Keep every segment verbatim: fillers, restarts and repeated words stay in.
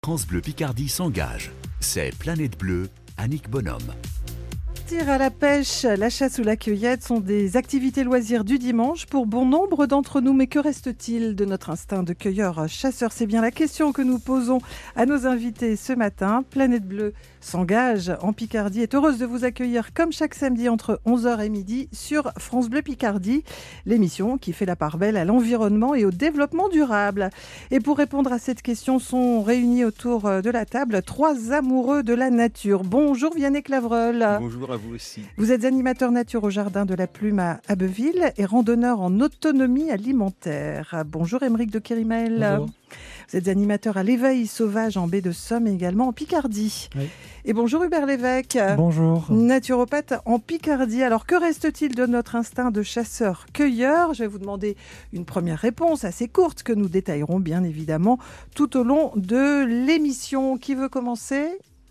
France Bleu Picardie s'engage. C'est Planète Bleue, Annick Bonhomme. À la pêche, la chasse ou la cueillette sont des activités loisirs du dimanche pour bon nombre d'entre nous. Mais que reste-t-il de notre instinct de cueilleur-chasseur ? C'est bien la question que nous posons à nos invités ce matin. Planète Bleue s'engage en Picardie, est heureuse de vous accueillir comme chaque samedi entre onze heures et midi sur France Bleu Picardie, l'émission qui fait la part belle à l'environnement et au développement durable. Et pour répondre à cette question sont réunis autour de la table trois amoureux de la nature. Bonjour Vianney Clavreul. Bonjour à vous aussi. Vous êtes animateur nature au Jardin de la Plume à Abbeville et randonneur en autonomie alimentaire. Bonjour Émeric de Kérimel. Bonjour. Vous êtes animateur à l'Éveil Sauvage en baie de Somme et également en Picardie. Oui. Et bonjour Hubert Lévesque. Bonjour. Naturopathe en Picardie. Alors que reste-t-il de notre instinct de chasseur-cueilleur ? Je vais vous demander une première réponse assez courte que nous détaillerons bien évidemment tout au long de l'émission. Qui veut commencer ?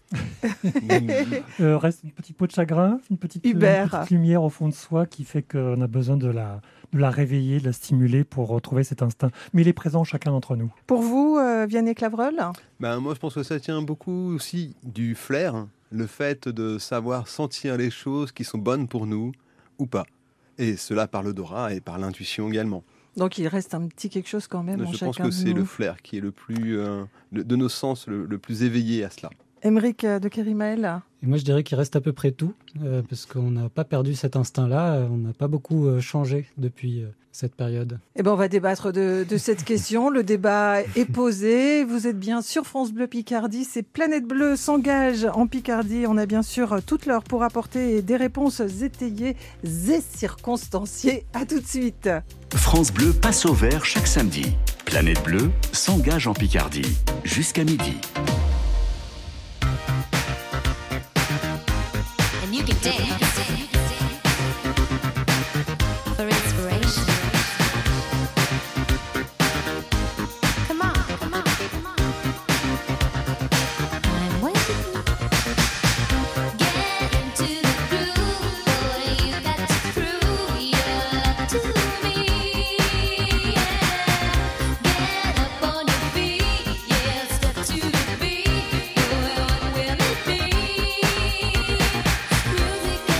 euh, reste une petite peau de chagrin, une petite, une petite lumière au fond de soi qui fait qu'on a besoin de la, de la réveiller, de la stimuler pour retrouver cet instinct. Mais il est présent en chacun d'entre nous. Pour vous, euh, Vianney Clavreul ? Ben, moi, je pense que ça tient beaucoup aussi du flair, le fait de savoir sentir les choses qui sont bonnes pour nous ou pas. Et cela par l'odorat et par l'intuition également. Donc il reste un petit quelque chose quand même je en chacun de nous. Je pense que c'est le flair qui est le plus, euh, le, de nos sens, le, le plus éveillé à cela. Émeric de Kérimel. Et moi, je dirais qu'il reste à peu près tout, euh, parce qu'on n'a pas perdu cet instinct-là, euh, on n'a pas beaucoup euh, changé depuis euh, cette période. Eh ben, on va débattre de, de cette question. Le débat est posé. Vous êtes bien sur France Bleu Picardie. C'est Planète Bleue s'engage en Picardie. On a bien sûr toute l'heure pour apporter des réponses étayées et circonstanciées. À tout de suite. France Bleu passe au vert chaque samedi. Planète Bleue s'engage en Picardie jusqu'à midi. You can dance for inspiration. Come on, come on, come on. I'm waiting. Get into the groove, boy. You got to prove your love to me. Yeah. Get up on your feet, yeah. Step to the beat, boy. What will it be? Music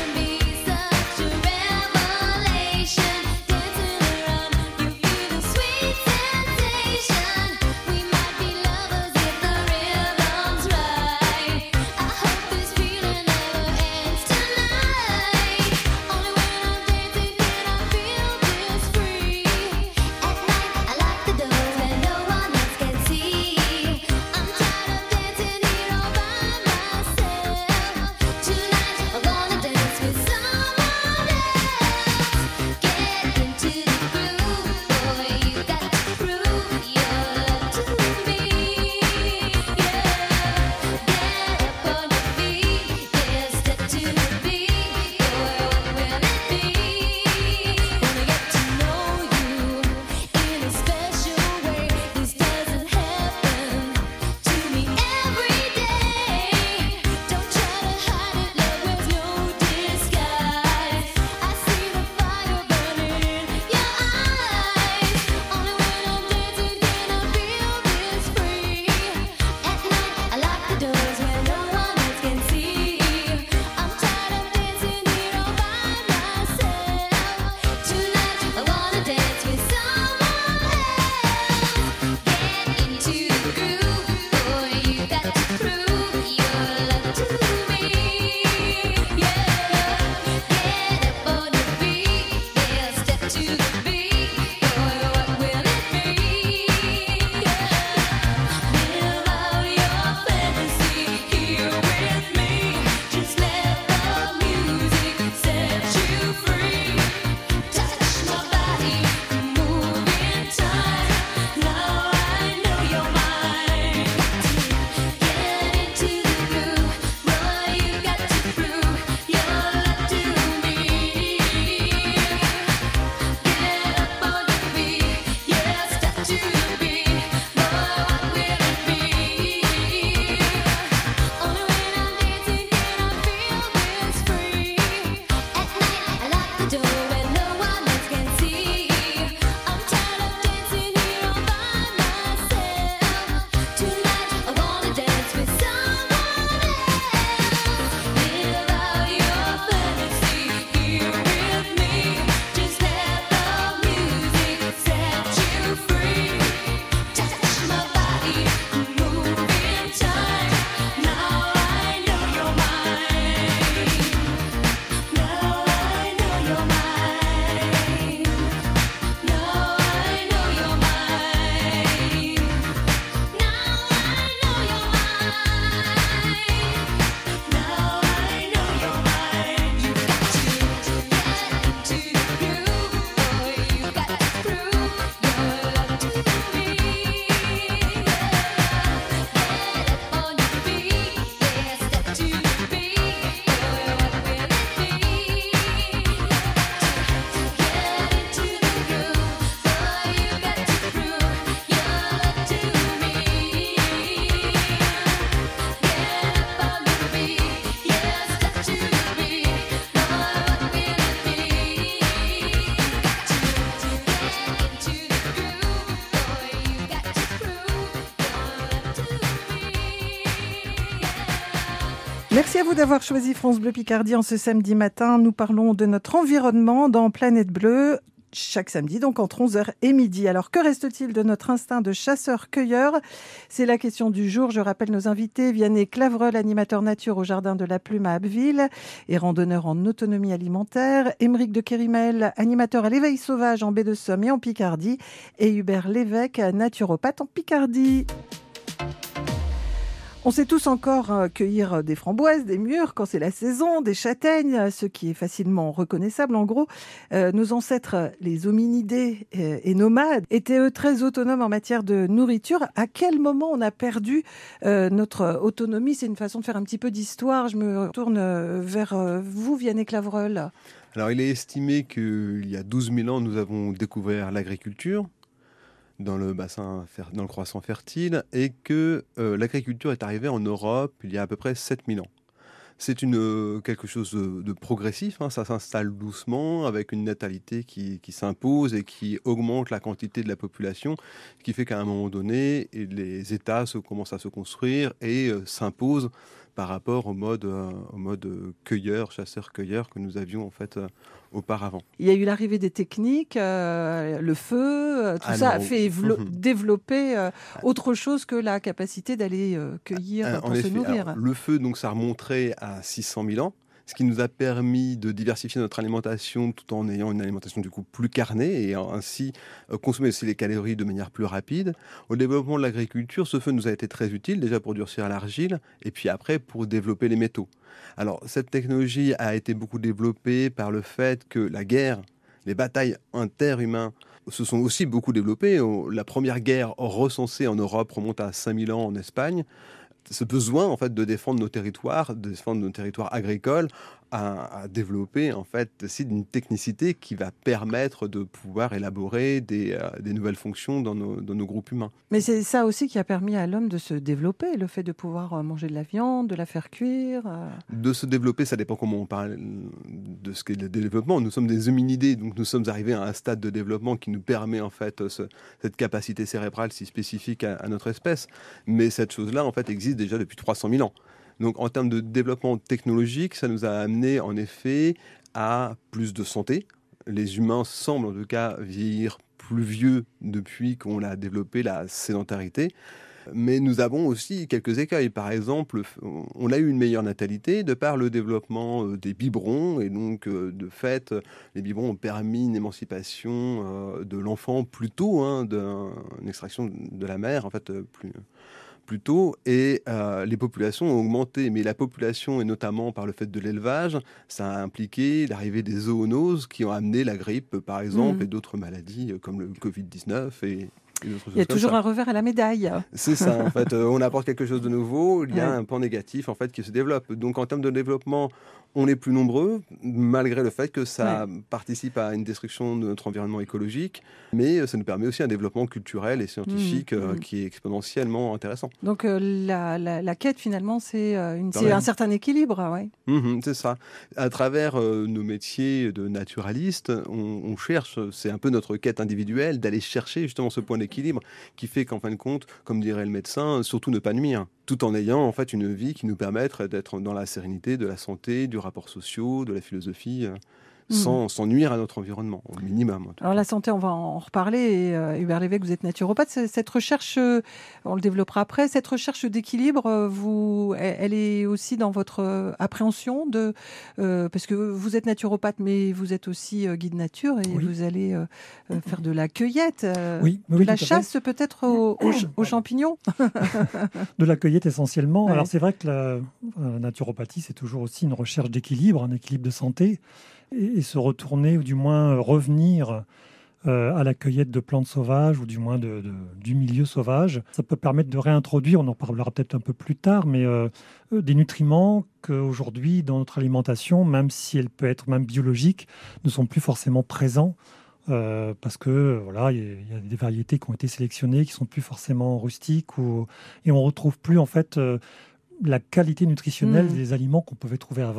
Merci à vous d'avoir choisi France Bleu Picardie en ce samedi matin. Nous parlons de notre environnement dans Planète Bleue. Chaque samedi, donc entre onze heures et midi. Alors, que reste-t-il de notre instinct de chasseur-cueilleur ? C'est la question du jour. Je rappelle nos invités. Vianney Clavreul, animateur nature au Jardin de la Plume à Abbeville et randonneur en autonomie alimentaire. Émeric de Kérimel, animateur à l'éveil sauvage en baie de Somme et en Picardie. Et Hubert Lévesque, naturopathe en Picardie. On sait tous encore euh, cueillir des framboises, des mûres quand c'est la saison, des châtaignes, ce qui est facilement reconnaissable. En gros, euh, nos ancêtres, les hominidés euh, et nomades, étaient eux très autonomes en matière de nourriture. À quel moment on a perdu euh, notre autonomie ? C'est une façon de faire un petit peu d'histoire. Je me retourne euh, vers euh, vous, Vianney Clavreul. Alors, il est estimé qu'il y a douze mille ans, nous avons découvert l'agriculture dans le bassin, fer- dans le croissant fertile, et que euh, l'agriculture est arrivée en Europe il y a à peu près sept mille ans. C'est une, euh, quelque chose de, de progressif, hein, ça s'installe doucement avec une natalité qui, qui s'impose et qui augmente la quantité de la population, ce qui fait qu'à un moment donné, et les États se, commencent à se construire et euh, s'imposent par rapport au mode, euh, au mode cueilleur, chasseur-cueilleur que nous avions en fait euh, auparavant. Il y a eu l'arrivée des techniques, euh, le feu, euh, tout Ah ça non. a fait évlo- Mhm. développer euh, autre chose que la capacité d'aller euh, cueillir Euh, pour en se effet, nourrir. alors, le feu, donc, ça remonterait à six cent mille ans, ce qui nous a permis de diversifier notre alimentation tout en ayant une alimentation du coup plus carnée et ainsi euh, consommer aussi les calories de manière plus rapide. Au développement de l'agriculture, ce feu nous a été très utile, déjà pour durcir l'argile et puis après pour développer les métaux. Alors, cette technologie a été beaucoup développée par le fait que la guerre, les batailles interhumaines se sont aussi beaucoup développées. La première guerre recensée en Europe remonte à cinq mille ans en Espagne. Ce besoin en fait de défendre nos territoires, de défendre nos territoires agricoles, a, a développé en fait aussi une technicité qui va permettre de pouvoir élaborer des, euh, des nouvelles fonctions dans nos, dans nos groupes humains. Mais c'est ça aussi qui a permis à l'homme de se développer, le fait de pouvoir euh, manger de la viande, de la faire cuire. euh. De se développer, ça dépend comment on parle de ce qu'est le développement. Nous sommes des hominidés, donc nous sommes arrivés à un stade de développement qui nous permet en fait ce, cette capacité cérébrale si spécifique à, à notre espèce. Mais cette chose-là en fait existe déjà depuis trois cent mille ans. Donc en termes de développement technologique, ça nous a amené en effet à plus de santé. Les humains semblent en tout cas vieillir plus vieux depuis qu'on a développé la sédentarité. Mais nous avons aussi quelques écueils. Par exemple, on a eu une meilleure natalité de par le développement des biberons. Et donc, de fait, les biberons ont permis une émancipation de l'enfant plus tôt, hein, d'une extraction de la mère, en fait, plus... plus tôt, et euh, les populations ont augmenté. Mais la population, et notamment par le fait de l'élevage, ça a impliqué l'arrivée des zoonoses qui ont amené la grippe, par exemple, mmh. et d'autres maladies comme le covid dix-neuf et... Il y a toujours un revers à la médaille. C'est ça, en fait. Euh, on apporte quelque chose de nouveau, il y a ouais. un pan négatif en fait, qui se développe. Donc en termes de développement, on est plus nombreux, malgré le fait que ça ouais. participe à une destruction de notre environnement écologique, mais ça nous permet aussi un développement culturel et scientifique mmh, euh, mmh. qui est exponentiellement intéressant. Donc euh, la, la, la quête, finalement, c'est, euh, une, c'est un certain équilibre. Ouais. Mmh, c'est ça. À travers euh, nos métiers de naturalistes, on, on cherche, c'est un peu notre quête individuelle, d'aller chercher justement ce point d'équilibre équilibre qui fait qu'en fin de compte, comme dirait le médecin, surtout ne pas nuire, tout en ayant en fait une vie qui nous permette d'être dans la sérénité, de la santé, du rapport social, de la philosophie, euh, mmh. sans, sans nuire à notre environnement, au minimum. Alors la santé, on va en reparler. Et, euh, Hubert Lévesque, vous êtes naturopathe. Cette recherche, euh, on le développera après, cette recherche d'équilibre, euh, vous, elle, elle est aussi dans votre euh, appréhension de, euh, parce que vous êtes naturopathe, mais vous êtes aussi euh, guide nature et oui. vous allez euh, euh, faire de la cueillette, euh, oui, de oui, la chasse peut-être aux, aux, aux champignons. De la cueillette essentiellement. Ouais. Alors c'est vrai que la, la naturopathie, c'est toujours aussi une recherche d'équilibre, un équilibre de santé. Et se retourner, ou du moins revenir euh, à la cueillette de plantes sauvages, ou du moins de, de, du milieu sauvage. Ça peut permettre de réintroduire, on en parlera peut-être un peu plus tard, mais euh, des nutriments qu'aujourd'hui, dans notre alimentation, même si elle peut être même biologique, ne sont plus forcément présents. Euh, parce que voilà, il y, y a des variétés qui ont été sélectionnées, qui sont plus forcément rustiques, ou, et on retrouve plus en fait euh, la qualité nutritionnelle mmh. des aliments qu'on pouvait trouver avant.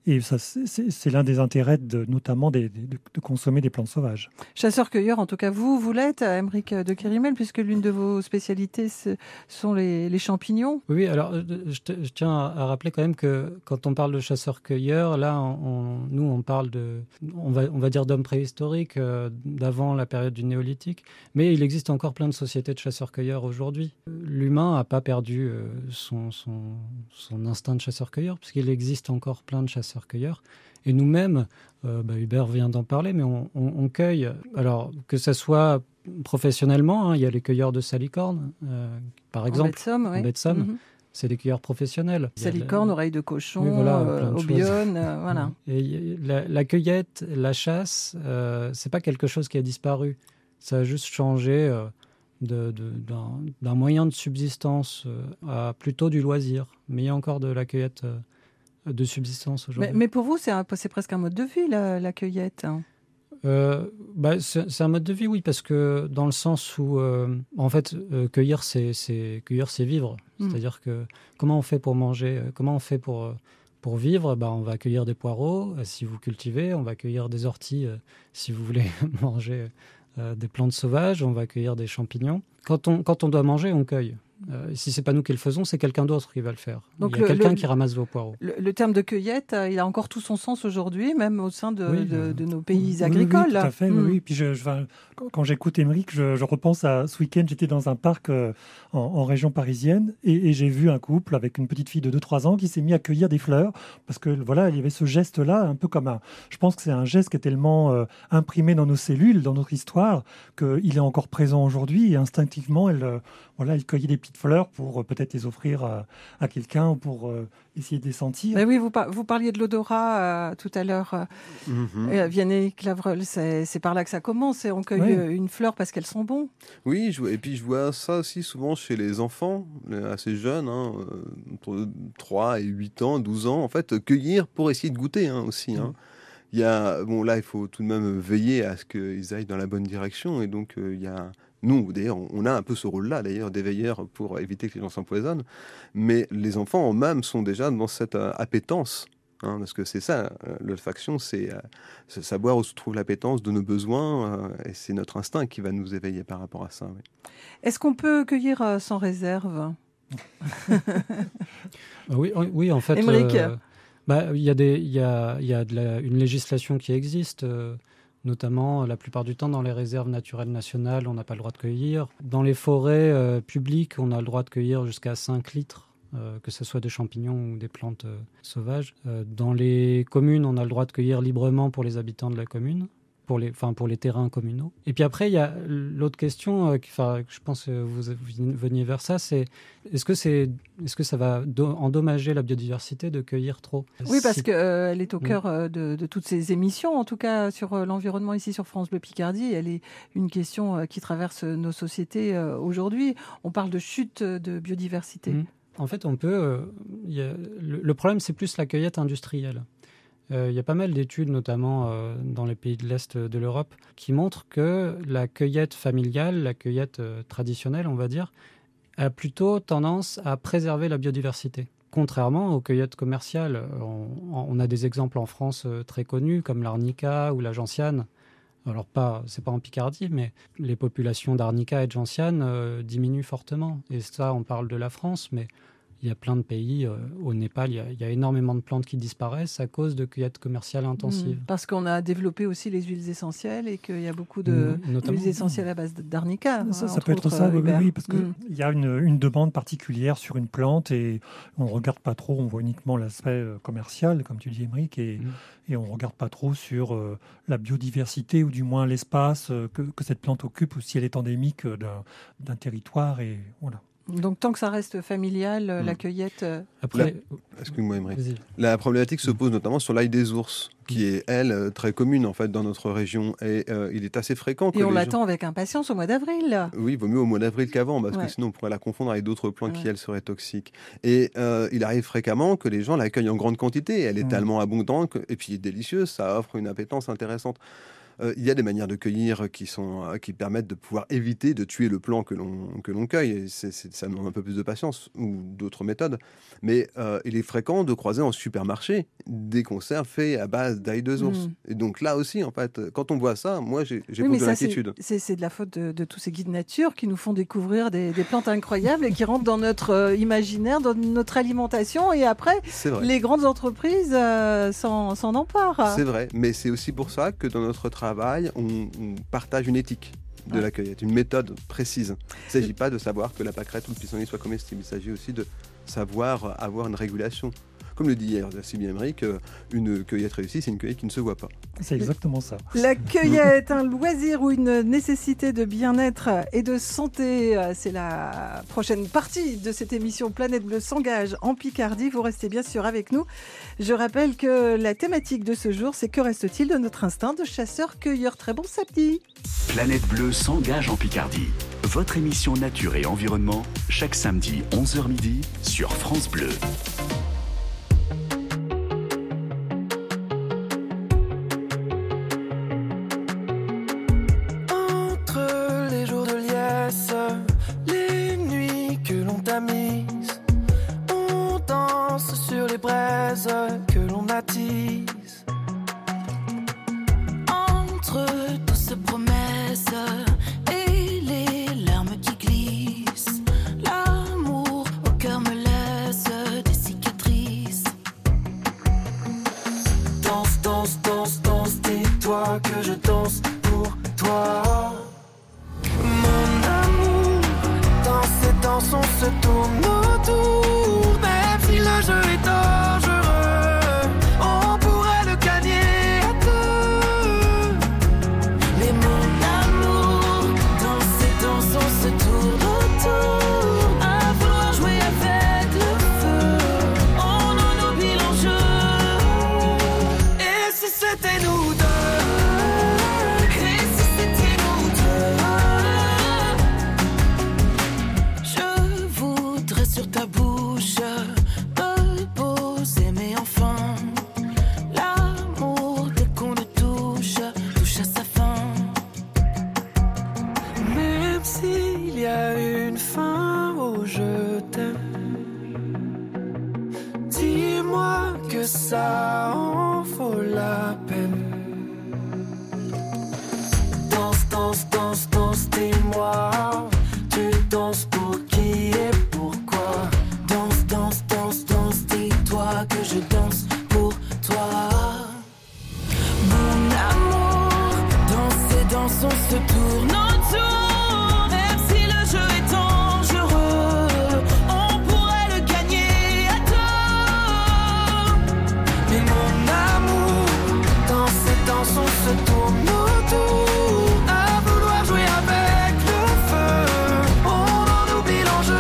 Et ça, c'est, c'est- c'est l'un des intérêts, de, notamment des- des- de, de consommer des plantes sauvages. Chasseur-cueilleur, en tout cas, vous, vous l'êtes, Aymeric de Kerimel, puisque l'une de vos spécialités ce sont les, les champignons. Oui, oui, alors euh, je, te- je tiens à, à rappeler quand même que quand on parle de chasseurs-cueilleurs, là, on, on- nous, on parle de, on va, on va dire d'hommes préhistoriques, euh, d'avant la période du néolithique, mais il existe encore plein de sociétés de chasseurs-cueilleurs aujourd'hui. L'humain n'a pas perdu euh, son, son, son instinct de chasseur-cueilleur, puisqu'il existe encore plein de chasseurs-cueilleurs. Et nous-mêmes, euh, bah, Hubert vient d'en parler, mais on, on- on cueille, alors que ce soit professionnellement, hein, il y a les cueilleurs de salicorne, euh, par exemple. En baie de Somme, en oui. baie de Somme. Mhm. C'est des cueilleurs professionnels. Il y a Salicorne, la- oreille de cochon, Oui, voilà, euh, plein de aubione, euh, voilà. Et y- la, la cueillette, la chasse, euh, c'est pas quelque chose qui a disparu. Ça a juste changé euh, de, de- d'un, d'un moyen de subsistance euh, à plutôt du loisir. Mais il y a encore de la cueillette euh, de subsistance Mais, aujourd'hui. mais pour vous, c'est, un- c'est presque un mode de vie, la, la cueillette. hein. Euh, bah, c'est, c'est un mode de vie, oui, parce que dans le sens où, euh, en fait, euh, cueillir, c'est, c'est, cueillir, c'est vivre. Mm. C'est-à-dire que comment on fait pour manger, euh, comment on fait pour, euh, pour vivre, bah, on va cueillir des poireaux euh, si vous cultivez, on va cueillir des orties euh, si vous voulez manger euh, des plantes sauvages, on va cueillir des champignons. Quand on, quand on doit manger, on cueille. Euh, si c'est pas nous qui le faisons, c'est quelqu'un d'autre qui va le faire. Donc Il y a le- quelqu'un le- qui ramasse vos poireaux. Le, le terme de cueillette, euh, il a encore tout son sens aujourd'hui, même au sein de, Oui, de- euh, de nos Oui, pays oui, agricoles. tout à fait. Oui, Mm. oui. Puis je, je, enfin, quand, quand j'écoute Aymeric, je, je repense à ce week-end, j'étais dans un parc euh, en, en région parisienne et, et j'ai vu un couple avec une petite fille de deux trois ans qui s'est mis à cueillir des fleurs parce que voilà, il y avait ce geste-là, un peu comme un. Je pense que c'est un geste qui est tellement euh, imprimé dans nos cellules, dans notre histoire, qu'il est encore présent aujourd'hui et instinctivement, elle, euh, voilà, elle cueillait des petites fleurs pour euh, peut-être les offrir à, à quelqu'un ou pour euh, essayer de les sentir. Mais oui, vous, par- vous parliez de l'odorat euh, tout à l'heure. euh, Mhm. euh, Vianney Clavreul, c'est, c'est par là que ça commence. Et on cueille Oui. euh, une fleur parce qu'elles sont bonnes. Oui, je vois- et puis je vois ça aussi souvent chez les enfants, euh, assez jeunes, hein, euh, entre trois et huit ans, douze ans, en fait, euh, cueillir pour essayer de goûter hein, aussi. hein. Il y a, bon, là, il faut tout de même veiller à ce qu'ils aillent dans la bonne direction. Et donc, euh, il y a, nous, d'ailleurs, on a un peu ce rôle-là, d'ailleurs, d'éveilleurs pour éviter que les gens s'empoisonnent. Mais les enfants eux-mêmes sont déjà dans cette euh, appétence. hein, parce que c'est ça, euh, l'olfaction, c'est euh, c'est savoir où se trouve l'appétence de nos besoins. euh, et c'est notre instinct qui va nous éveiller par rapport à ça. oui. Est-ce qu'on peut cueillir euh, sans réserve? Ah Oui, oui, oui, en fait, Aymeric. euh, bah, il y a, des, il y a, il y a de la- une législation qui existe, euh, notamment la plupart du temps dans les réserves naturelles nationales, on n'a pas le droit de cueillir. Dans les forêts euh, publiques, on a le droit de cueillir jusqu'à cinq litres, euh, que ce soit des champignons ou des plantes euh, sauvages. Euh, dans les communes, on a le droit de cueillir librement pour les habitants de la commune. Pour les, enfin, pour les terrains communaux. Et puis après, il y a l'autre question, euh, qui, enfin, que je pense que vous veniez vers ça, c'est est-ce que, c'est, est-ce que ça va do- endommager la biodiversité de cueillir trop? Oui, parce Si- qu'elle est au Oui. cœur euh, de, de toutes ces émissions, en tout cas sur euh, l'environnement ici sur France Bleu Picardie. Elle est une question euh, qui traverse nos sociétés euh, aujourd'hui. On parle de chute de biodiversité. Mm. En fait, on peut. euh, il y a- le, le problème, c'est plus la cueillette industrielle. Euh, Il y a pas mal d'études, notamment euh, dans les pays de l'Est de l'Europe, qui montrent que la cueillette familiale, la cueillette euh, traditionnelle, on va dire, a plutôt tendance à préserver la biodiversité. Contrairement aux cueillettes commerciales, euh, on, on a des exemples en France euh, très connus, comme l'arnica ou la gentiane. Alors, pas, c'est pas en Picardie, mais les populations d'arnica et de gentiane euh, diminuent fortement. Et ça, on parle de la France, mais il y a plein de pays. euh, au Népal, il y, a, il y a énormément de plantes qui disparaissent à cause de cueillettes commerciales intensives. Mm. Parce qu'on a développé aussi les huiles essentielles et qu'il y a beaucoup de Mm, notamment. huiles essentielles à base d'arnica. Ça, hein, ça entre peut être autres, ça, oui, oui, Hubert. oui, parce qu'il Mm. y a une, une demande particulière sur une plante et on ne regarde pas trop, on voit uniquement l'aspect euh, commercial, comme tu dis, Aymeric, et, Mm. et on ne regarde pas trop sur euh, la biodiversité ou du moins l'espace euh, que, que cette plante occupe ou si elle est endémique euh, d'un d'un territoire. Et voilà. Donc tant que ça reste familial, euh, Mm. la cueillette. euh, Après, Excuse-moi, Emery. vas-y. La problématique se pose notamment sur l'ail des ours, qui est, elle, euh, très commune en fait dans notre région. Et euh, il est assez fréquent que Et on les l'attend avec impatience au mois d'avril. gens- Oui, il vaut mieux au mois d'avril qu'avant, parce Ouais. que sinon on pourrait la confondre avec d'autres plantes qui, Ouais. elles, seraient toxiques. Et euh, il arrive fréquemment que les gens l'accueillent en grande quantité. Elle est Mm. tellement abondante, que- et puis délicieuse, ça offre une appétence intéressante. Euh, il y a des manières de cueillir qui, sont, euh, qui permettent de pouvoir éviter de tuer le plant que l'on, que l'on cueille. Et c'est, c'est, ça demande un peu plus de patience ou d'autres méthodes. Mais euh, il est fréquent de croiser en supermarché des conserves faites à base d'ail de source. Mm. Et donc là aussi, en fait, quand on voit ça, moi, j'ai, j'ai Oui, mais de ça, c'est, l'inquiétude. c'est, c'est de la faute de, de tous ces guides nature qui nous font découvrir des, des plantes incroyables et qui rentrent dans notre euh, imaginaire, dans notre alimentation. Et après, C'est vrai. les grandes entreprises euh, s'en, s'en emparent. C'est vrai, mais c'est aussi pour ça que dans notre travail, on, on partage une éthique de Ouais. la cueillette, une méthode précise. Il ne s'agit pas de savoir que la pâquerette ou le pissenlit soient comestibles, il s'agit aussi de savoir avoir une régulation. Comme le dit hier si bien Émeric, euh, une cueillette réussie, c'est une cueillette qui ne se voit pas. C'est exactement ça. La cueillette, un loisir ou une nécessité de bien-être et de santé. C'est la prochaine partie de cette émission Planète Bleue s'engage en Picardie. Vous restez bien sûr avec nous. Je rappelle que la thématique de ce jour, c'est que reste-t-il de notre instinct de chasseur-cueilleur. Très bon samedi. Planète Bleue s'engage en Picardie. Votre émission Nature et Environnement, chaque samedi onze heures midi sur France Bleu. Entre les jours de liesse, les nuits que l'on tamise, on danse sur les braises que l'on attise. Entre toutes ces promesses et les larmes qui glissent, l'amour au cœur me laisse des cicatrices. Danse, danse, danse, danse, dis-toi que je danse pour toi. Mon amour, dans ces danses on se tourne autour. Même si le jeu est dangereux, on pourrait le gagner à deux. Mais mon amour, dans ces danses on se tourne autour. À vouloir jouer avec le feu, on en oublie l'enjeu. Et si c'était nous deux? Et si c'était nous deux? Je voudrais sur ta bouche me poser, mais enfin l'amour dès qu'on le touche touche à sa fin. Même s'il y a une fin au je t'aime, dis-moi que ça en vaut la peine. Danse, danse, danse, danse, dis-moi, tu danses pour qui et pourquoi? Danse, danse, danse, danse, dis-toi que je danse pour toi. Mon amour, dans ces danses on se tourne autour. Même si le jeu est dangereux, on pourrait le gagner à deux. Mais mon amour, dans ces danses on se tourne autour. À vouloir jouer avec le feu, on en oublie l'enjeu.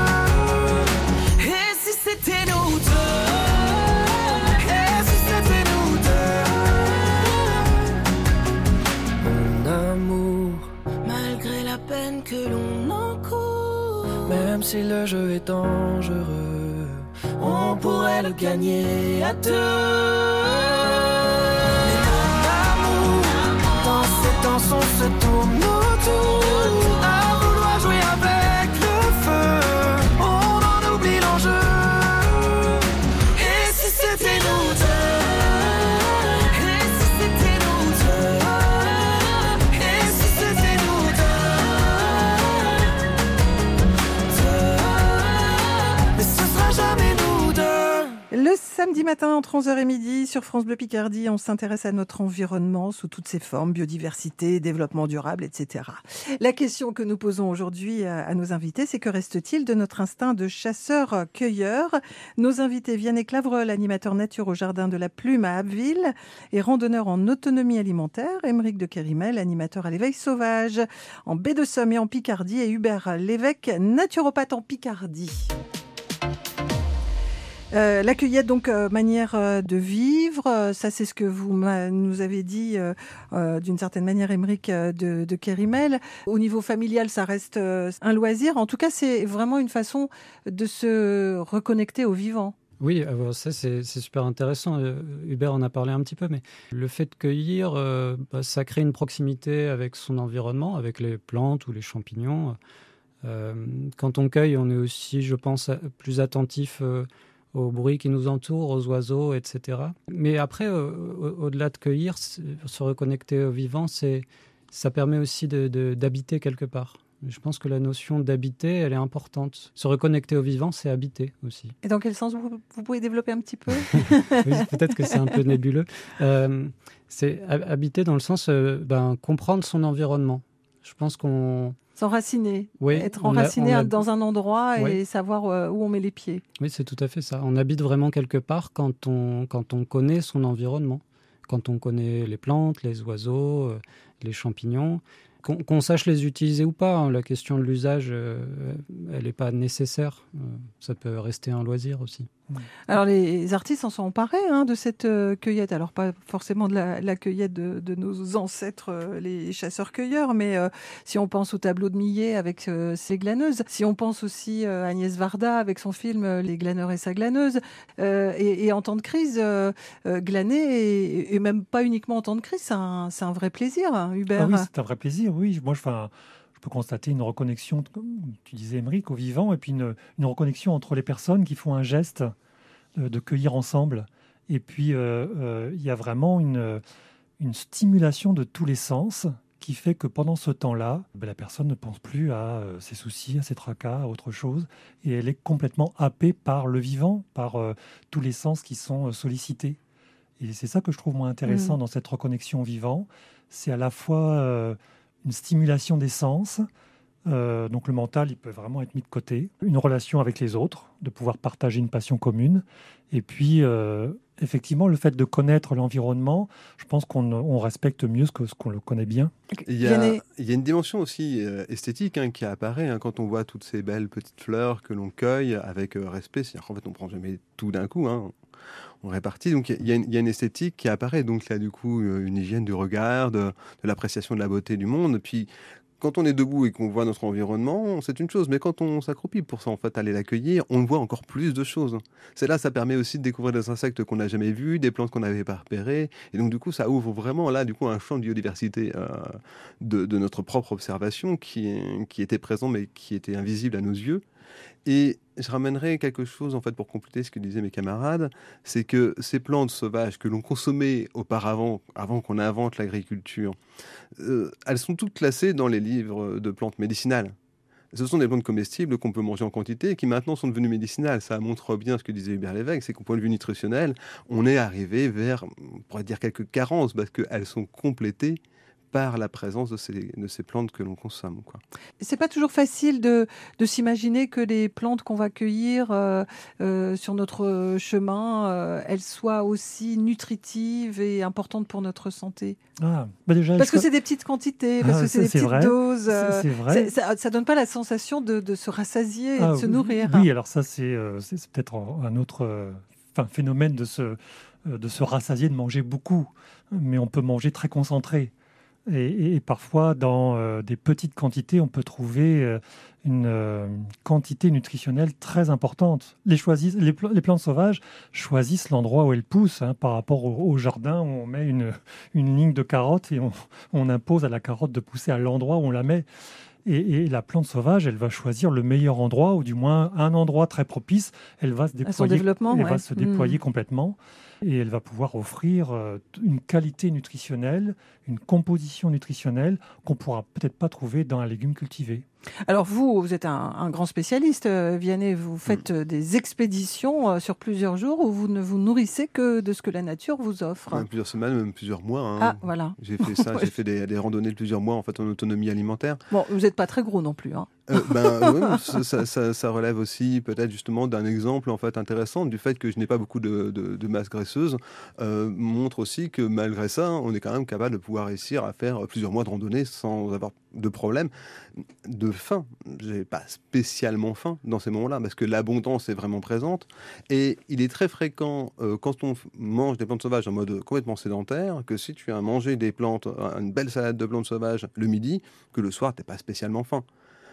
Et si c'était nous deux? Et si c'était nous deux? Mon amour, malgré la peine que l'on encourt, même si le jeu est dangereux, on pourrait le gagner à deux. Mais mon amour, dans ces danses on se tourne autour. À vouloir jouer avec le feu, on en oublie l'enjeu. Et si c'était nous deux? Et si c'était nous deux? Et si c'était nous deux? Deux. Mais ce sera jamais nous deux. Le samedi matin entre onze heures et midi sur France Bleu Picardie, on s'intéresse à notre environnement sous toutes ses formes, biodiversité, développement durable, et cetera. La question que nous posons aujourd'hui à, à nos invités, c'est que reste-t-il de notre instinct de chasseur-cueilleur? Nos invités Vianney Clavreul, animateur nature au Jardin de la Plume à Abbeville et randonneur en autonomie alimentaire, Émeric de Kérimel, animateur à l'éveil sauvage en Baie de Somme et en Picardie, et Hubert Lévesque, naturopathe en Picardie. Euh, la cueillette, donc, euh, manière euh, de vivre, euh, ça c'est ce que vous m'a- nous avez dit euh, euh, d'une certaine manière, Émeric euh, de, de Kérimel. Au niveau familial, ça reste euh, un loisir. En tout cas, c'est vraiment une façon de se reconnecter au vivant. Oui, alors ça c'est c'est super intéressant. Euh, Hubert en a parlé un petit peu, mais le fait de cueillir, euh, bah, ça crée une proximité avec son environnement, avec les plantes ou les champignons. Euh, quand on cueille, on est aussi, je pense, a- plus attentif euh, aux bruits qui nous entourent, aux oiseaux, et cetera. Mais après, euh, au- au-delà de cueillir, c'est- se reconnecter au vivant, c'est, ça permet aussi de, de- d'habiter quelque part. Je pense que la notion d'habiter, elle est importante. Se reconnecter au vivant, c'est habiter aussi. Et dans quel sens vous, vous pouvez développer un petit peu? Oui, peut-être que c'est un peu nébuleux. Euh, c'est hab- habiter dans le sens euh, ben, comprendre son environnement. Je pense qu'on... S'enraciner, Oui, être on a- enraciné on a- dans un endroit et Oui. savoir euh, où on met les pieds. Oui, c'est tout à fait ça. On habite vraiment quelque part quand on, quand on connaît son environnement, quand on connaît les plantes, les oiseaux, euh, les champignons. Qu'on qu'on sache les utiliser ou pas, hein, la question de l'usage, euh, elle n'est pas nécessaire. Euh, ça peut rester un loisir aussi. Alors les artistes en sont emparés hein, de cette euh, cueillette. Alors pas forcément de la, la cueillette de, de nos ancêtres, euh, les chasseurs-cueilleurs, mais euh, si on pense au tableau de Millet avec euh, ses glaneuses, si on pense aussi euh, à Agnès Varda avec son film euh, Les glaneurs et sa glaneuse, euh, et, et en temps de crise, euh, euh, glaner, et, et même pas uniquement en temps de crise, c'est un, c'est un vrai plaisir, hein, Hubert. Ah oui, c'est un vrai plaisir. Oui, moi, je, enfin, je peux constater une reconnexion, comme tu disais, Émeric, au vivant, et puis une, une reconnexion entre les personnes qui font un geste de, de cueillir ensemble. Et puis, euh, euh, il y a vraiment une, une stimulation de tous les sens qui fait que pendant ce temps-là, ben, la personne ne pense plus à euh, ses soucis, à ses tracas, à autre chose, et elle est complètement happée par le vivant, par euh, tous les sens qui sont euh, sollicités. Et c'est ça que je trouve moins intéressant Mhm. dans cette reconnexion au vivant. C'est à la fois euh, une stimulation des sens, euh, donc le mental, il peut vraiment être mis de côté, une relation avec les autres, de pouvoir partager une passion commune, et puis euh, effectivement le fait de connaître l'environnement, je pense qu'on on respecte mieux ce que- ce qu'on le connaît bien. Il y, a, Vianney, il y a une dimension aussi euh, esthétique hein, qui apparaît hein, quand on voit toutes ces belles petites fleurs que l'on cueille avec euh, respect. C'est-à-dire qu'en fait, on prend jamais tout d'un coup, hein, on répartit. Donc il y, a une- il y a une esthétique qui apparaît. Donc là, du coup, euh, une hygiène du regard, de, de l'appréciation de la beauté du monde. Puis quand on est debout et qu'on voit notre environnement, c'est une chose. Mais quand on s'accroupit pour ça, en fait, aller l'accueillir, on voit encore plus de choses. C'est là, ça permet aussi de découvrir des insectes qu'on n'a jamais vus, des plantes qu'on n'avait pas repérées. Et donc, du coup, ça ouvre vraiment là, du coup, un champ de biodiversité euh, de, de notre propre observation qui, qui était présent, mais qui était invisible à nos yeux. Et je ramènerai quelque chose, en fait, pour compléter ce que disaient mes camarades, c'est que ces plantes sauvages que l'on consommait auparavant, avant qu'on invente l'agriculture, euh, elles sont toutes classées dans les livres de plantes médicinales. Ce sont des plantes comestibles qu'on peut manger en quantité et qui maintenant sont devenues médicinales. Ça montre bien ce que disait Hubert Lévesque, c'est qu'au point de vue nutritionnel, on est arrivé vers, on pourrait dire, quelques carences parce qu'elles sont complétées par la présence de ces, de ces plantes que l'on consomme, quoi. c'est pas toujours facile de, de s'imaginer que les plantes qu'on va cueillir euh, euh, sur notre chemin, euh, elles soient aussi nutritives et importantes pour notre santé. Ah, bah déjà, Parce je que crois- c'est des petites quantités, parce Ah, que ça, c'est des c'est petites vrai. doses. C'est- euh, c'est vrai. c'est- ça, ça donne pas la sensation de, de se rassasier et Ah, de se oui, nourrir. Oui, alors ça, c'est euh, c'est- c'est peut-être un un autre euh, enfin, phénomène de se, euh, de se rassasier, de manger beaucoup. Mais on peut manger très concentré. Et, et- et parfois, dans euh, des petites quantités, on peut trouver euh, une euh, quantité nutritionnelle très importante. Les, choisissent, les, pla- les plantes sauvages choisissent l'endroit où elles poussent hein, par rapport au, au jardin où on met une, une ligne de carottes et on, on impose à la carotte de pousser à l'endroit où on la met. Et, et la plante sauvage, elle va choisir le meilleur endroit, ou du moins un endroit très propice. Elle va se À son déployer, développement, elle ouais. va se déployer Mm. complètement, et elle va pouvoir offrir euh, une qualité nutritionnelle, une composition nutritionnelle qu'on pourra peut-être pas trouver dans un légume cultivé. Alors vous, vous êtes un, un grand spécialiste, euh, Vianney, vous faites euh, des expéditions euh, sur plusieurs jours où vous ne vous nourrissez que de ce que la nature vous offre. Même plusieurs semaines, même plusieurs mois, hein. Ah, voilà. J'ai fait ça, Ouais. j'ai fait des, des randonnées de plusieurs mois en fait en autonomie alimentaire. Bon, vous n'êtes pas très gros non plus. Hein. Euh, ben, ouais, ça, ça- ça- ça relève aussi peut-être justement d'un exemple en fait intéressant du fait que je n'ai pas beaucoup de, de- de masse graisseuse, euh, montre aussi que malgré ça, on est quand même capable de pouvoir réussir à faire plusieurs mois de randonnée sans avoir de problème. De faim, j'ai pas spécialement faim dans ces moments-là parce que l'abondance est vraiment présente et il est très fréquent euh, quand on f- mange des plantes sauvages en mode complètement sédentaire que si tu as mangé des plantes, une belle salade de plantes sauvages le midi, que le soir t'es pas spécialement faim.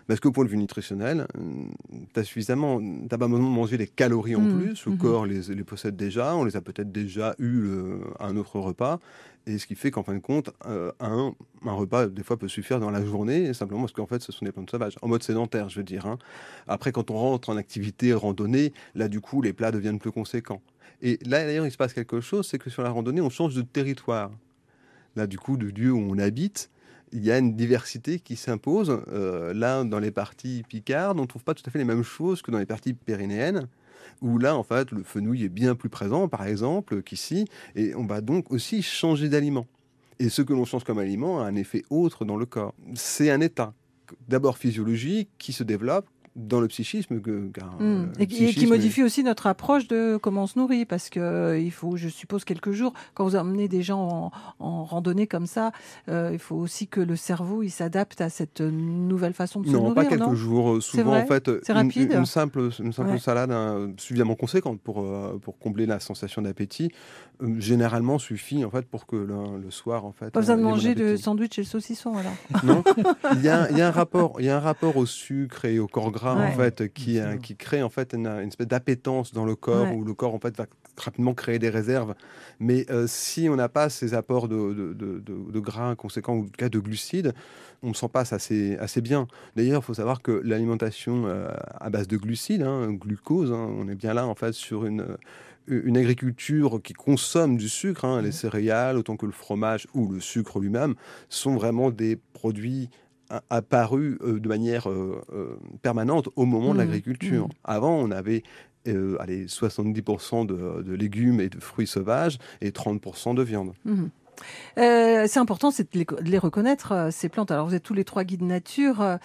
Parce qu'au point de vue nutritionnel, tu as suffisamment, t'as pas besoin de manger des calories en Mmh. plus. Le Mmh. corps les, les possède déjà, on les a peut-être déjà eu euh, à un autre repas. Et ce qui fait qu'en fin de compte, euh, un, un repas, des fois, peut suffire dans la journée, simplement parce qu'en fait, ce sont des plantes sauvages, en mode sédentaire, je veux dire. Hein. Après, quand on rentre en activité randonnée, là, du coup, les plats deviennent plus conséquents. Et là, d'ailleurs, il se passe quelque chose, c'est que sur la randonnée, on change de territoire. Là, du coup, du lieu où on habite, il y a une diversité qui s'impose. Euh, là, dans les parties picardes, on ne trouve pas tout à fait les mêmes choses que dans les parties pyrénéennes, où là, en fait, le fenouil est bien plus présent, par exemple, qu'ici, et on va donc aussi changer d'aliment. Et ce que l'on change comme aliment a un effet autre dans le corps. C'est un état, d'abord physiologique, qui se développe dans le psychisme. Que, car, Mmh. euh, Et, le qui- et qui psychisme modifie aussi notre approche de comment on se nourrit, parce que euh, il faut, je suppose, quelques jours, quand vous emmenez des gens en, en randonnée comme ça, euh, il faut aussi que le cerveau il s'adapte à cette nouvelle façon de se Non, nourrir, pas quelques non jours. Souvent, vrai en fait, C'est une, rapide une simple, une simple Ouais. salade hein, suffisamment conséquente pour, euh, pour combler la sensation d'appétit, euh, généralement suffit en fait pour que le, le soir, en fait. Pas besoin euh, de il y ait mon manger de appétit. sandwich et le saucisson, alors. Non, il y a, il y a un rapport, il y a un rapport au sucre et au corps gras Ouais. en fait qui, Bien euh, sûr. qui crée en fait une, une espèce d'appétence dans le corps Ouais. où le corps en fait va rapidement créer des réserves. Mais euh, si on n'a pas ces apports de, de, de, de- de gras conséquents ou en tout cas de glucides, on s'en passe assez, assez bien. D'ailleurs, il faut savoir que l'alimentation euh, à base de glucides, hein, glucose, hein, on est bien là en fait sur une une agriculture qui consomme du sucre, hein, les céréales autant que le fromage ou le sucre lui-même sont vraiment des produits a- apparus euh, de manière euh, euh, permanente au moment de Mmh, l'agriculture. mmh. Avant, on avait euh, allez, soixante-dix pour cent de, de légumes et de fruits sauvages et trente pour cent de viande. Mhm. Euh, c'est important, c'est de les, de les reconnaître, euh, ces plantes. Alors, vous êtes tous les trois guides nature. Euh,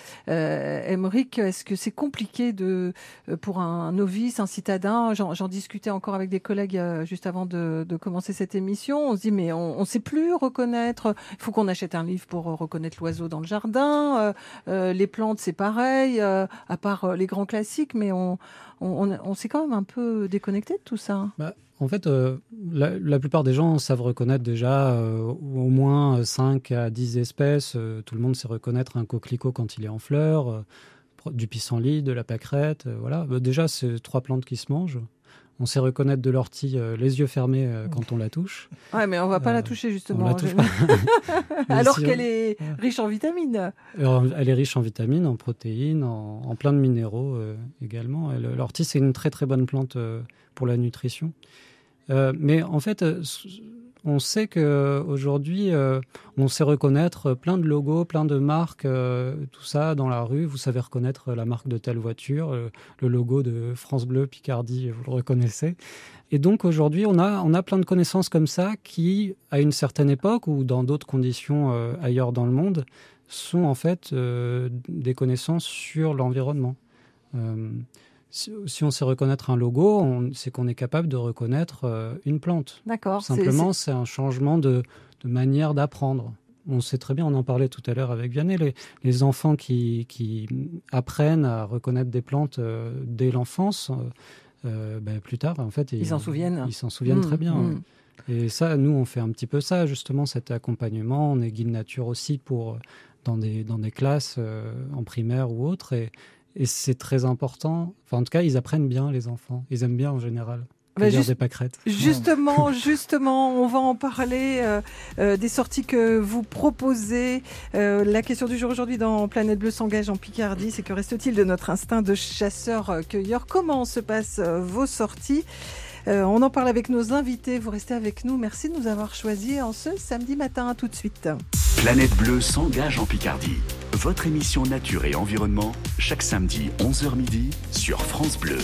Émeric, est-ce que c'est compliqué de, euh, pour un novice, un citadin? J'en j'en discutais encore avec des collègues euh, juste avant de, de commencer cette émission. On se dit, mais on ne sait plus reconnaître. Il faut qu'on achète un livre pour euh, reconnaître l'oiseau dans le jardin. Euh, euh, les plantes, c'est pareil, euh, à part euh, les grands classiques, mais on, on, on, on s'est quand même un peu déconnecté de tout ça. Bah, en fait, euh, la, la plupart des gens savent reconnaître déjà euh, au moins cinq à dix espèces. Euh, tout le monde sait reconnaître un coquelicot quand il est en fleurs, euh, du pissenlit, de la pâquerette. Euh, voilà. Bah, déjà, c'est trois plantes qui se mangent. On sait reconnaître de l'ortie euh, les yeux fermés euh, quand on la touche. Ouais, mais on va pas Euh, la toucher, On justement. la touche Je- pas. Mais Alors si on- qu'elle est Ouais. riche en vitamines. Alors, elle est riche en vitamines, en protéines, en, en plein de minéraux euh, également. Et le- L'ortie, c'est une très très bonne plante euh, pour la nutrition. Euh, mais en fait, euh, s- on sait qu'aujourd'hui, euh, on sait reconnaître plein de logos, plein de marques, euh, tout ça dans la rue. Vous savez reconnaître la marque de telle voiture, euh, le logo de France Bleu Picardie, vous le reconnaissez. Et donc aujourd'hui, on a, on a plein de connaissances comme ça qui, à une certaine époque ou dans d'autres conditions euh, ailleurs dans le monde, sont en fait euh, des connaissances sur l'environnement. Euh, si, si on sait reconnaître un logo, on- c'est qu'on est capable de reconnaître euh, une plante. D'accord. c'est- Simplement, c'est un changement de, de manière d'apprendre. On sait très bien, on en parlait tout à l'heure avec Vianney, les, les enfants qui, qui apprennent à reconnaître des plantes euh, dès l'enfance, euh, euh, ben, plus tard, en fait, Ils s'en souviennent. Ils s'en souviennent Mmh, très bien. mmh. Et ça, nous, on fait un petit peu ça, justement, cet accompagnement. On est guide nature aussi pour, euh, dans, des, dans des classes euh, en primaire ou autre. Et, et c'est très important. Enfin, en tout cas, ils apprennent bien, les enfants. Ils aiment bien en général. Bah, Cueillir juste- des pâquerettes. Justement, justement, on va en parler euh, euh, des sorties que vous proposez. Euh, la question du jour aujourd'hui dans Planète Bleue s'engage en Picardie, c'est que reste-t-il de notre instinct de chasseur-cueilleur? Comment se passent euh, vos sorties? Euh, on en parle avec nos invités. Vous restez avec nous. Merci de nous avoir choisis en ce samedi matin. À tout de suite. Planète Bleue s'engage en Picardie. Votre émission Nature et Environnement, chaque samedi onze heures midi sur France Bleu.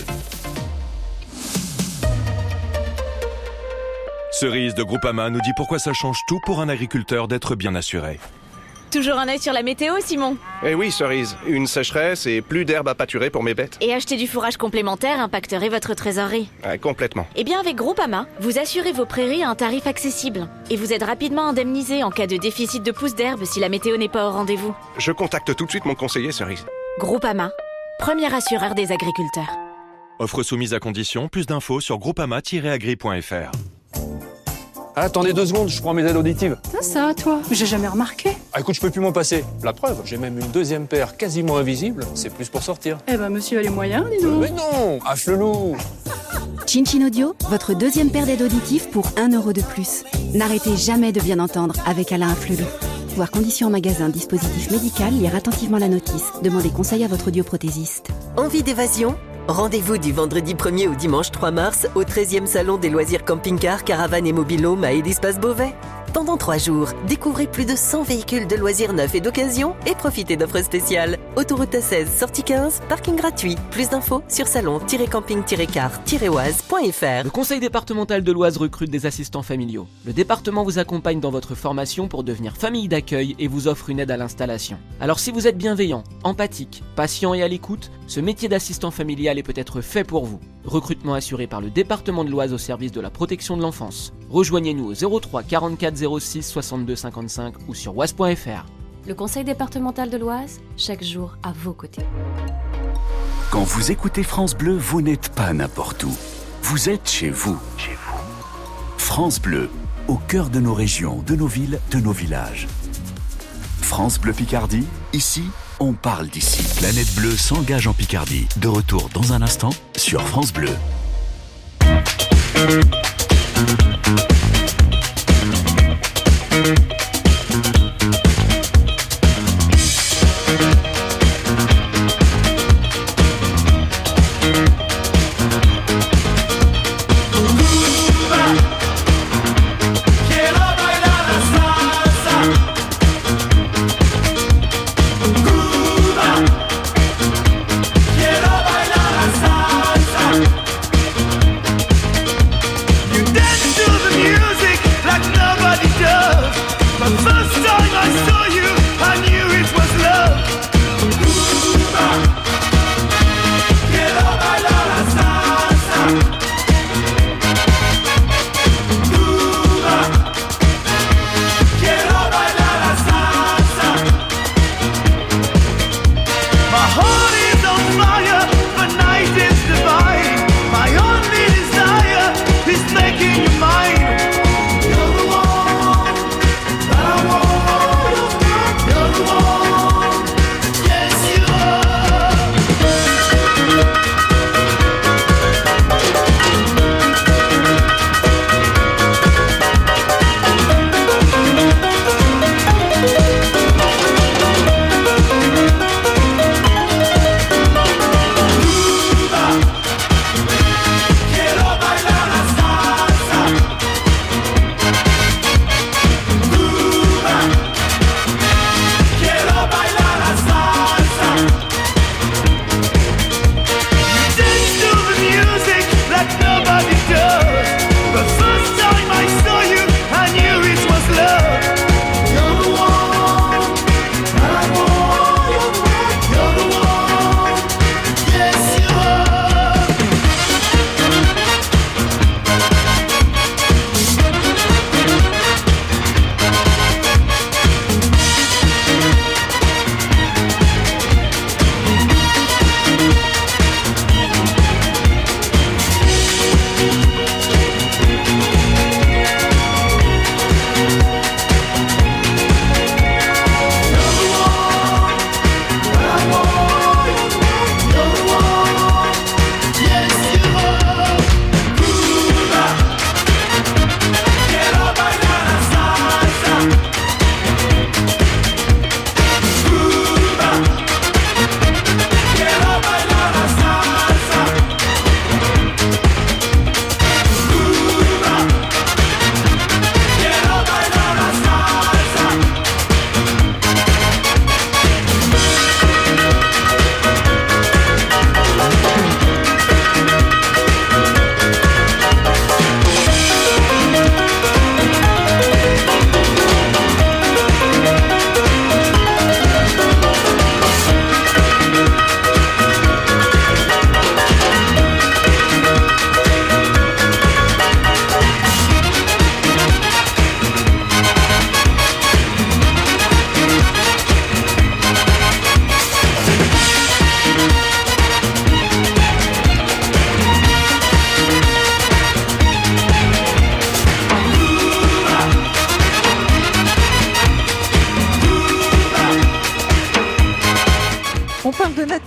Cerise de Groupama nous dit pourquoi ça change tout pour un agriculteur d'être bien assuré. Toujours un œil sur la météo, Simon. Eh oui, Cerise, une sécheresse et plus d'herbe à pâturer pour mes bêtes. Et acheter du fourrage complémentaire impacterait votre trésorerie. Ah, complètement. Eh bien, avec Groupama, vous assurez vos prairies à un tarif accessible. Et vous êtes rapidement indemnisé en cas de déficit de pousses d'herbe si la météo n'est pas au rendez-vous. Je contacte tout de suite mon conseiller, Cerise. Groupama, premier assureur des agriculteurs. Offre soumise à condition, plus d'infos sur groupama tiret agri point f r. Attendez deux secondes, je prends mes aides auditives. Ça, ça, toi, j'ai jamais remarqué. Ah, écoute, je peux plus m'en passer. La preuve, j'ai même une deuxième paire quasiment invisible. C'est plus pour sortir. Eh ben, monsieur a les moyens, dis donc. Mais non, Afflelou. Chin-Chin Audio, votre deuxième paire d'aides auditives pour un euro de plus. N'arrêtez jamais de bien entendre avec Alain Afflelou. Voir conditions en magasin, dispositif médical, lire attentivement la notice. Demandez conseil à votre audioprothésiste. Envie d'évasion ? Rendez-vous du vendredi premier au dimanche trois mars au treizième salon des loisirs camping-car, caravanes et mobil-home à Hélice-Passe-Beauvais. Pendant trois jours, découvrez plus de cent véhicules de loisirs neufs et d'occasion et profitez d'offres spéciales. Autoroute A seize, sortie quinze, parking gratuit. Plus d'infos sur salon tiret camping tiret car tiret oise point f r. Le conseil départemental de l'Oise recrute des assistants familiaux. Le département vous accompagne dans votre formation pour devenir famille d'accueil et vous offre une aide à l'installation. Alors si vous êtes bienveillant, empathique, patient et à l'écoute, ce métier d'assistant familial est peut-être fait pour vous. Recrutement assuré par le département de l'Oise au service de la protection de l'enfance. Rejoignez-nous au zéro trois quarante-quatre zéro six soixante-deux cinquante-cinq ou sur oise point f r. Le conseil départemental de l'Oise, chaque jour à vos côtés. Quand vous écoutez France Bleu, vous n'êtes pas n'importe où. Vous êtes chez vous. Chez vous. France Bleu, au cœur de nos régions, de nos villes, de nos villages. France Bleu Picardie, ici, on parle d'ici. Planète Bleue s'engage en Picardie. De retour dans un instant sur France Bleu.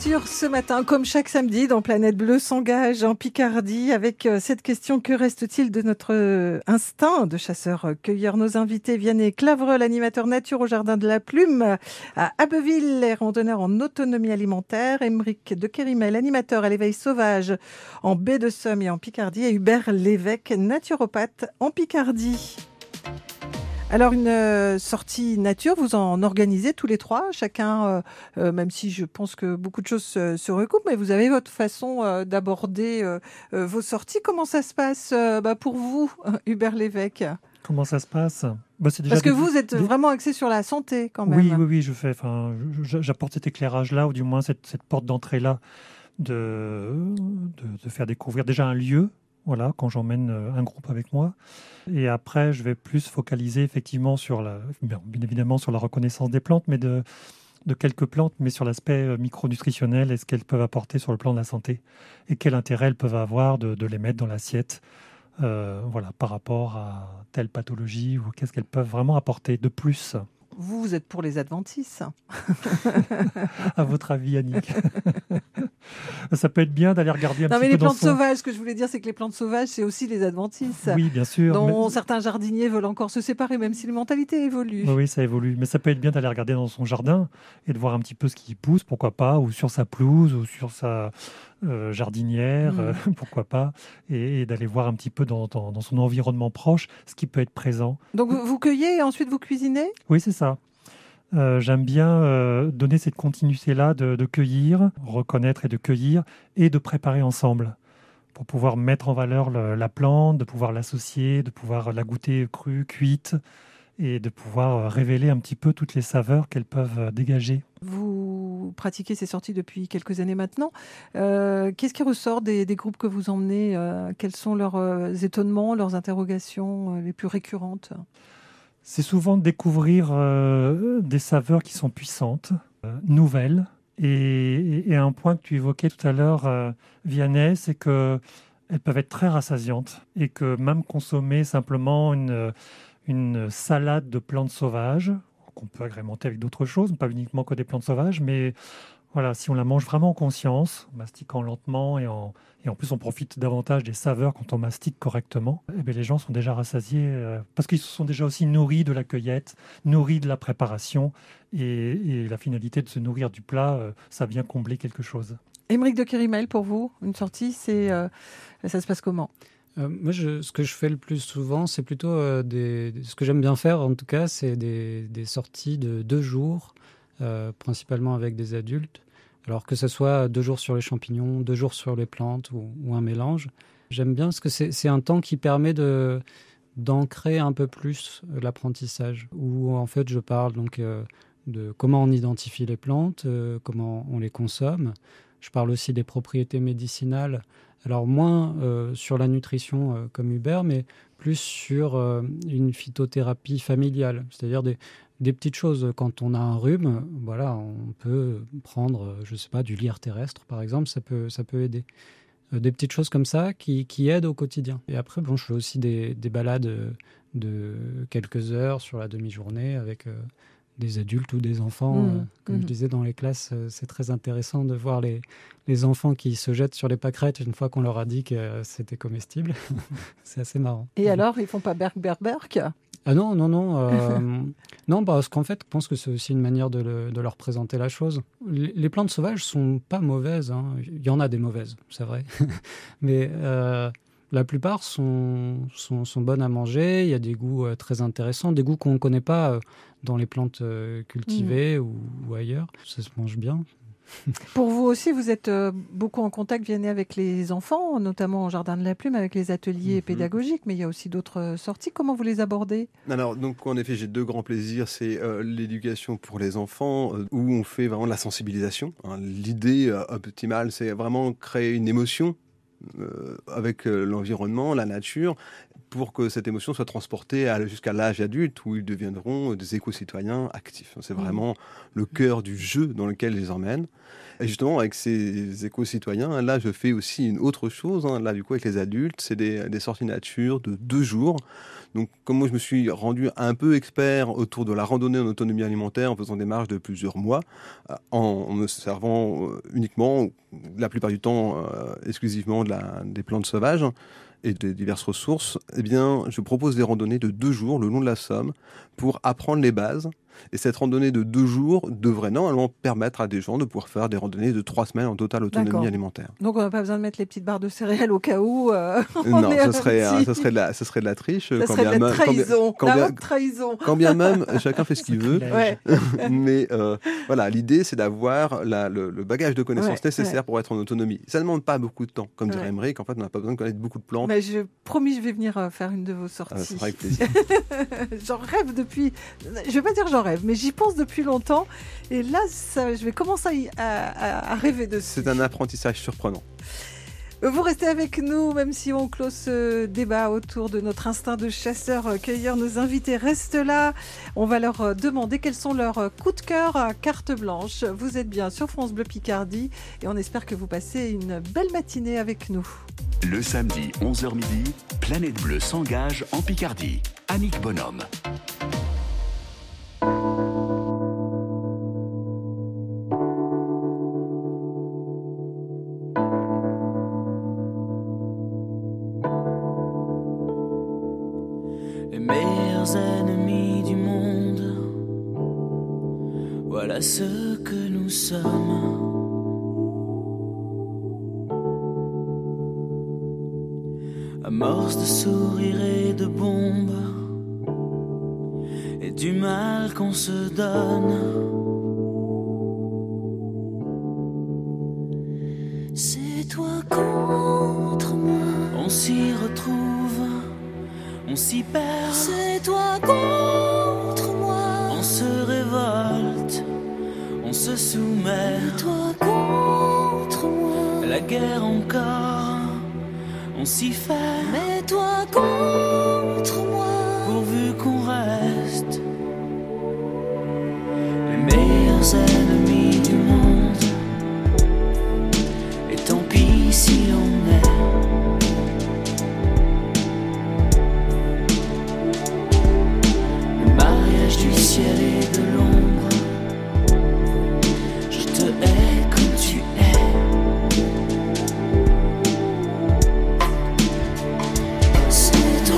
nature ce matin, comme chaque samedi dans Planète Bleue s'engage en Picardie avec euh, cette question: que reste-t-il de notre euh, instinct de chasseur-cueilleur? Nos invités: Vianney Clavreul, animateur nature au Jardin de la Plume à Abbeville, les randonneurs en autonomie alimentaire; Émeric de Kérimel, animateur à l'éveil sauvage en baie de Somme et en Picardie; et Hubert Lévesque, naturopathe en Picardie. Alors, une euh, sortie nature, vous en organisez tous les trois, chacun, euh, euh, même si je pense que beaucoup de choses se, se recoupent, mais vous avez votre façon euh, d'aborder euh, euh, vos sorties. Comment ça se passe euh, bah, pour vous, Hubert Lévesque? Comment ça se passe? Bah, c'est déjà Parce que des- vous êtes des- vraiment axé sur la santé quand même. Oui, oui, oui, je fais. Enfin, je- j'apporte cet éclairage-là, ou du moins cette, cette porte d'entrée-là, de, de, de faire découvrir déjà un lieu. Voilà, quand j'emmène euh, un groupe avec moi. Et après, je vais plus focaliser effectivement sur la, bien, bien évidemment sur la reconnaissance des plantes, mais de, de quelques plantes, mais sur l'aspect euh, micronutritionnel et ce qu'elles peuvent apporter sur le plan de la santé et quel intérêt elles peuvent avoir de, de les mettre dans l'assiette, euh, voilà, par rapport à telle pathologie, ou qu'est-ce qu'elles peuvent vraiment apporter de plus. Vous, vous êtes pour les adventices. À votre avis, Yannick? Ça peut être bien d'aller regarder un Non, petit mais peu les dans plantes son... sauvages, ce que je voulais dire, c'est que les plantes sauvages, c'est aussi les adventices. Oui, bien sûr. Dont mais- certains jardiniers veulent encore se séparer, même si les mentalités évoluent. Oui, oui, ça évolue. Mais ça peut être bien d'aller regarder dans son jardin et de voir un petit peu ce qui y pousse, pourquoi pas, ou sur sa pelouse, ou sur sa euh, jardinière, Mm. euh, pourquoi pas, et, et d'aller voir un petit peu dans, dans- dans son environnement proche ce qui peut être présent. Donc, vous, vous cueillez et ensuite vous cuisinez? Oui, c'est ça. Euh, j'aime bien euh, donner cette continuité-là de, de cueillir, reconnaître et de cueillir, et de préparer ensemble, pour pouvoir mettre en valeur le- la plante, de pouvoir l'associer, de pouvoir la goûter crue, cuite, et de pouvoir euh, révéler un petit peu toutes les saveurs qu'elles peuvent euh, dégager. Vous pratiquez ces sorties depuis quelques années maintenant. Euh, Qu'est-ce qui ressort des, des groupes que vous emmenez? Euh, Quels sont leurs euh, étonnements, leurs interrogations euh, les plus récurrentes? C'est souvent de découvrir euh, des saveurs qui sont puissantes, euh, nouvelles. Et, et un point que tu évoquais tout à l'heure, euh, Vianney, c'est qu'elles peuvent être très rassasiantes, et que même consommer simplement une, une salade de plantes sauvages, qu'on peut agrémenter avec d'autres choses, pas uniquement que des plantes sauvages, mais voilà, si on la mange vraiment en conscience, en mastiquant lentement, et en, et en plus on profite davantage des saveurs quand on mastique correctement, eh bien, les gens sont déjà rassasiés euh, parce qu'ils se sont déjà aussi nourris de la cueillette, nourris de la préparation, et, et la finalité de se nourrir du plat, euh, ça vient combler quelque chose. Émeric de Kérimel, pour vous, une sortie, c'est, euh, ça se passe comment? Euh, moi, je, ce que je fais le plus souvent, c'est plutôt euh, des, des- ce que j'aime bien faire, en tout cas, c'est des, des sorties de deux jours, euh, principalement avec des adultes. Alors que ce soit deux jours sur les champignons, deux jours sur les plantes, ou, ou un mélange. J'aime bien parce que c'est c'est un temps qui permet de d'ancrer un peu plus l'apprentissage, où en fait je parle donc euh, de comment on identifie les plantes, euh, comment on les consomme. Je parle aussi des propriétés médicinales. Alors moins euh, sur la nutrition euh, comme Hubert, mais plus sur euh, une phytothérapie familiale, c'est-à-dire des, des petites choses. Quand on a un rhume, voilà, on peut prendre, euh, je sais pas, du lierre terrestre par exemple, ça peut, ça peut aider. Euh, des petites choses comme ça qui, qui aident au quotidien. Et après, bon, je fais aussi des, des balades euh, de quelques heures sur la demi-journée avec euh, des adultes ou des enfants. Mmh, Euh, comme mmh. je disais dans les classes, euh, c'est très intéressant de voir les, les enfants qui se jettent sur les pâquerettes une fois qu'on leur a dit que euh, c'était comestible. C'est assez marrant. Et alors, ils font pas berk, berk, berk? Ah non, non, non. euh, non, parce qu'en fait, je pense que c'est aussi une manière de, le- de leur présenter la chose. Les, les plantes sauvages sont pas mauvaises. Hein. Il y en a des mauvaises, c'est vrai. Mais euh, la plupart sont, sont, sont bonnes à manger. Il y a des goûts euh, très intéressants, des goûts qu'on ne connaît pas euh, dans les plantes euh, cultivées ou, ou ailleurs. Ça se mange bien. Pour vous aussi, vous êtes euh, beaucoup en contact, Vianney, avec les enfants, notamment au Jardin de la Plume, avec les ateliers pédagogiques, mais il y a aussi d'autres euh, sorties. Comment vous les abordez? Alors, donc, en effet, j'ai deux grands plaisirs. C'est euh, l'éducation pour les enfants, euh, où on fait vraiment de la sensibilisation. Hein. L'idée euh, optimale, c'est vraiment créer une émotion euh, avec euh, l'environnement, la nature, pour que cette émotion soit transportée à- jusqu'à l'âge adulte où ils deviendront des éco-citoyens actifs. C'est vraiment le cœur du jeu dans lequel je les emmène. Et justement, avec ces éco-citoyens, là, je fais aussi une autre chose. hein. Là, du coup, avec les adultes, c'est des, des sorties nature de deux jours. Donc, comme moi, je me suis rendu un peu expert autour de la randonnée en autonomie alimentaire en faisant des marches de plusieurs mois, euh, en, en me servant euh, uniquement, la plupart du temps, euh, exclusivement de la, des plantes sauvages et de diverses ressources, eh bien, je propose des randonnées de deux jours le long de la Somme pour apprendre les bases. Et cette randonnée de deux jours devrait normalement permettre à des gens de pouvoir faire des randonnées de trois semaines en totale autonomie D'accord. alimentaire. Donc on n'a pas besoin de mettre les petites barres de céréales au cas où. euh, on Non, est ce un serait, petit- euh, ce serait de la, ce serait de la triche. Ça quand serait de bien la même- quand bien- trahison. quand La bien- haute trahison. Quand bien même, chacun fait ce qu'il veut. Ouais. Mais euh, voilà, l'idée, c'est d'avoir la- le, le bagage de connaissances Ouais, nécessaire ouais. pour être en autonomie. Ça ne demande pas beaucoup de temps. Comme dirait Ouais. Emmerich, en fait, on n'a pas besoin de connaître beaucoup de plantes. Mais je promis, je vais venir euh, faire une de vos sorties. Ah, ça sera avec plaisir. J'en rêve depuis. Je vais pas dire j'en rêve, mais j'y pense depuis longtemps. Et là, ça, je vais commencer à, y- à- à- à rêver dessus. C'est un apprentissage surprenant. Vous restez avec nous, même si on close ce débat autour de notre instinct de chasseur-cueilleur. Nos invités restent là. On va leur euh, demander quels sont leurs euh, coups de cœur à carte blanche. Vous êtes bien sur France Bleu Picardie et on espère que vous passez une belle matinée avec nous. Le samedi onze heures midi, Planète Bleue s'engage en Picardie. Annick Bonhomme. Les meilleurs ennemis du monde, voilà ce que nous sommes. Amorce de sourires et de bombes, et du mal qu'on se donne. C'est toi contre moi, on s'y retrouve, on s'y perd. C'est toi contre moi, on se révolte, on se soumet. C'est toi contre moi, la guerre encore, on s'y fait. Mais toi contre moi, pourvu qu'on reste les meilleurs ennemis du monde. Et tant pis si on est le mariage du ciel et de l'ombre. Je te hais comme tu es. C'est toi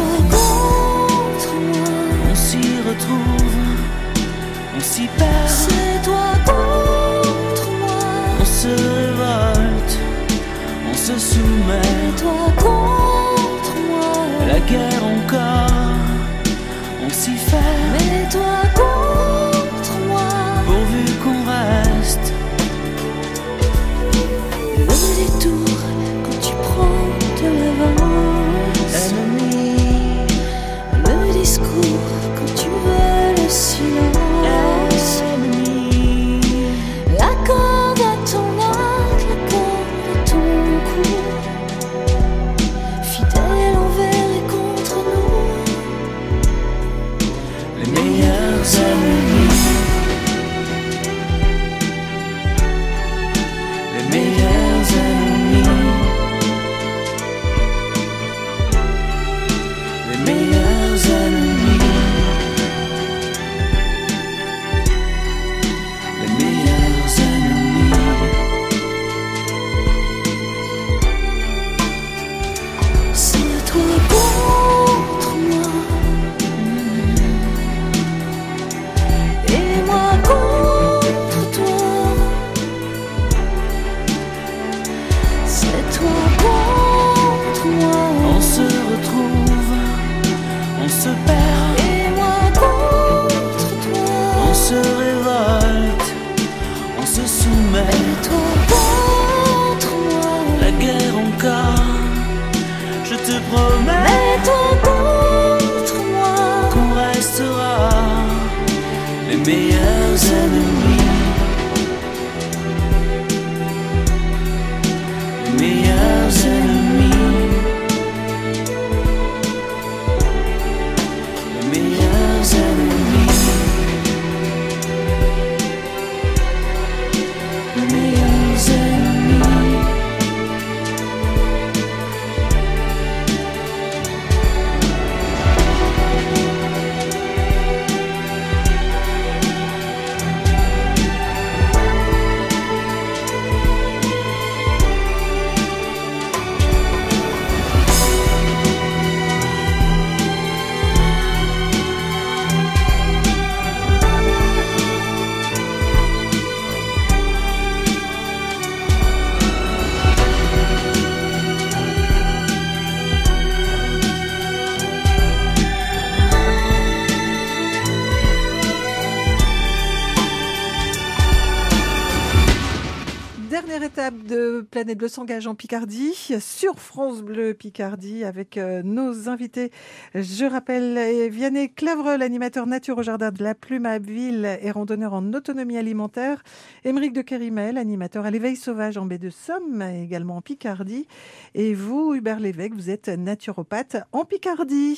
table de Planète Bleu s'engage en Picardie, sur France Bleu Picardie, avec euh, nos invités. Je rappelle, euh, Vianney Clavreul, animateur nature au jardin de la Plume à Abbeville et randonneur en autonomie alimentaire. Émeric de Kerimel, animateur à l'éveil sauvage en baie de Somme, également en Picardie. Et vous, Hubert Lévesque, vous êtes naturopathe en Picardie.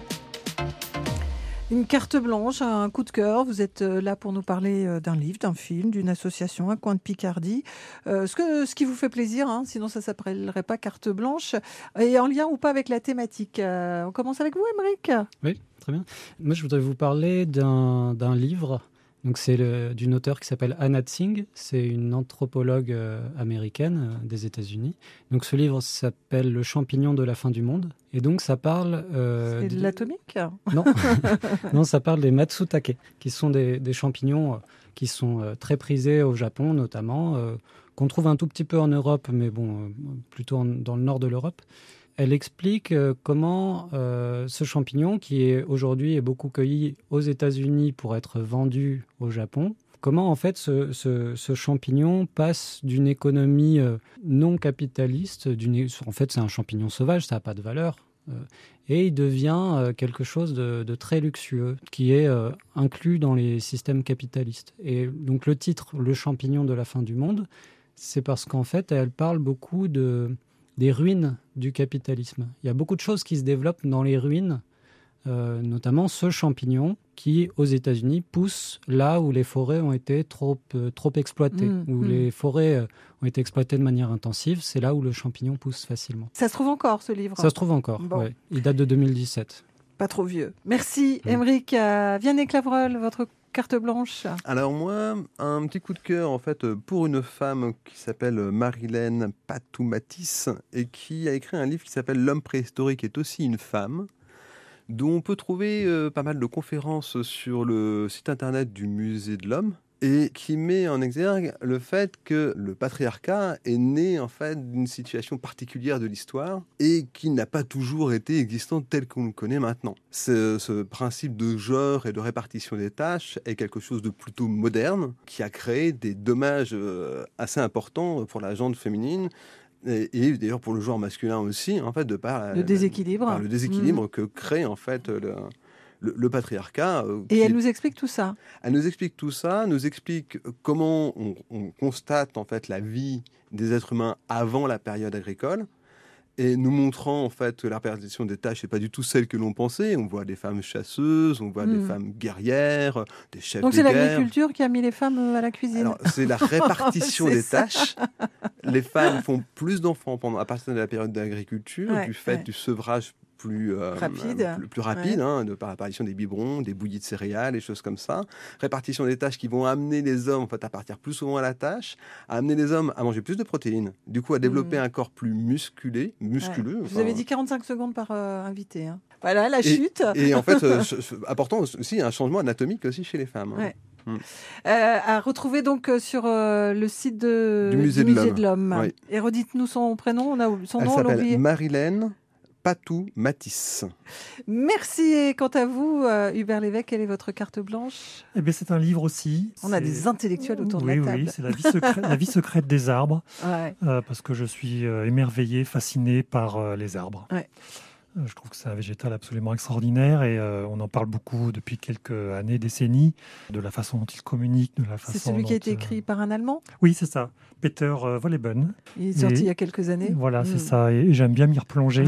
Une carte blanche, un coup de cœur. Vous êtes là pour nous parler d'un livre, d'un film, d'une association, un coin de Picardie. Euh, ce, que, ce qui vous fait plaisir, hein, sinon ça ne s'appellerait pas carte blanche. Et en lien ou pas avec la thématique. Euh, on commence avec vous, Émeric ? Oui, très bien. Moi, je voudrais vous parler d'un, d'un livre. Donc, c'est le, d'une auteure qui s'appelle Anna Tsing. C'est une anthropologue euh, américaine euh, des États-Unis. Donc, ce livre s'appelle Le champignon de la fin du monde. Et donc, ça parle... Euh, c'est de l'atomique ? Non. Non, ça parle des matsutake, qui sont des, des champignons euh, qui sont euh, très prisés au Japon, notamment, euh, qu'on trouve un tout petit peu en Europe, mais bon, euh, plutôt en, dans le nord de l'Europe. Elle explique euh, comment euh, ce champignon, qui est aujourd'hui est beaucoup cueilli aux États-Unis pour être vendu au Japon, comment en fait ce, ce, ce champignon passe d'une économie euh, non capitaliste, d'une, en fait c'est un champignon sauvage, ça n'a pas de valeur, euh, et il devient euh, quelque chose de, de très luxueux, qui est euh, inclus dans les systèmes capitalistes. Et donc le titre, Le champignon de la fin du monde, c'est parce qu'en fait elle parle beaucoup de... des ruines du capitalisme. Il y a beaucoup de choses qui se développent dans les ruines, euh, notamment ce champignon qui, aux États-Unis, pousse là où les forêts ont été trop, euh, trop exploitées, Mmh, où mmh. les forêts euh, ont été exploitées de manière intensive. C'est là où le champignon pousse facilement. Ça se trouve encore, ce livre ? Ça se trouve encore, Bon. ouais. Il date de deux mille dix-sept. Pas trop vieux. Merci, Émeric. Euh, Vianney Clavreul, votre carte blanche. Alors moi, un petit coup de cœur en fait pour une femme qui s'appelle Marilène Patou-Matisse et qui a écrit un livre qui s'appelle L'homme préhistorique est aussi une femme, dont on peut trouver euh, pas mal de conférences sur le site internet du Musée de l'Homme, et qui met en exergue le fait que le patriarcat est né en fait d'une situation particulière de l'histoire et qui n'a pas toujours été existant tel qu'on le connaît maintenant. Ce, ce principe de genre et de répartition des tâches est quelque chose de plutôt moderne qui a créé des dommages euh, assez importants pour la gente féminine. Et, et d'ailleurs pour le genre masculin aussi, en fait, de par Le déséquilibre. par le déséquilibre Mmh. que crée en fait le, le, le patriarcat. euh, Et qui elle est- nous explique tout ça. elle nous explique tout ça, nous explique comment on, on constate en fait la vie des êtres humains avant la période agricole, et nous montrant en fait que la répartition des tâches n'est pas du tout celle que l'on pensait. On voit des femmes chasseuses, on voit Mm. des femmes guerrières, des chefs Donc de c'est guerre. l'agriculture qui a mis les femmes euh, à la cuisine. Alors, c'est la répartition C'est des ça. tâches. Les femmes font plus d'enfants pendant, à partir de la période d'agriculture, Ouais, du fait ouais. du sevrage plus euh, Rapide. plus, plus rapide, Ouais. hein, de par l'apparition des biberons, des bouillies de céréales, des choses comme ça. Répartition des tâches qui vont amener les hommes en fait, à partir plus souvent à la tâche, à amener les hommes à manger plus de protéines, du coup à développer Mhm. un corps plus musculé, musculeux. Ouais. Vous enfin, avez dit quarante-cinq secondes par euh, invité. hein. Voilà, la et, chute. Et en fait, euh, ce- ce- apportant aussi un changement anatomique aussi chez les femmes. hein. Ouais. Mm. Euh, à retrouver donc euh, sur euh, le site de, Du Musée de l'Homme. Oui. Et redites-nous son prénom, on a son Elle nom, on l'a s'appelle oublié. Marilène Patou-Matisse. Merci. Et quant à vous, euh, Hubert Lévesque, quelle est votre carte blanche ? Eh bien, c'est un livre aussi. On a C'est- des intellectuels autour oui, de la table. Oui, c'est la vie, secrète, la vie secrète des arbres, Ouais. euh, parce que je suis euh, émerveillé, fasciné par euh, les arbres. Ouais. Euh, Je trouve que c'est un végétal absolument extraordinaire et euh, on en parle beaucoup depuis quelques années, décennies, de la façon dont il communique, de la façon C'est celui qui a dont, été euh, écrit par un Allemand. Oui, c'est ça. Peter euh, Wolleben. Il est sorti Et- il y a quelques années. Voilà, Mm. c'est ça. Et j'aime bien m'y replonger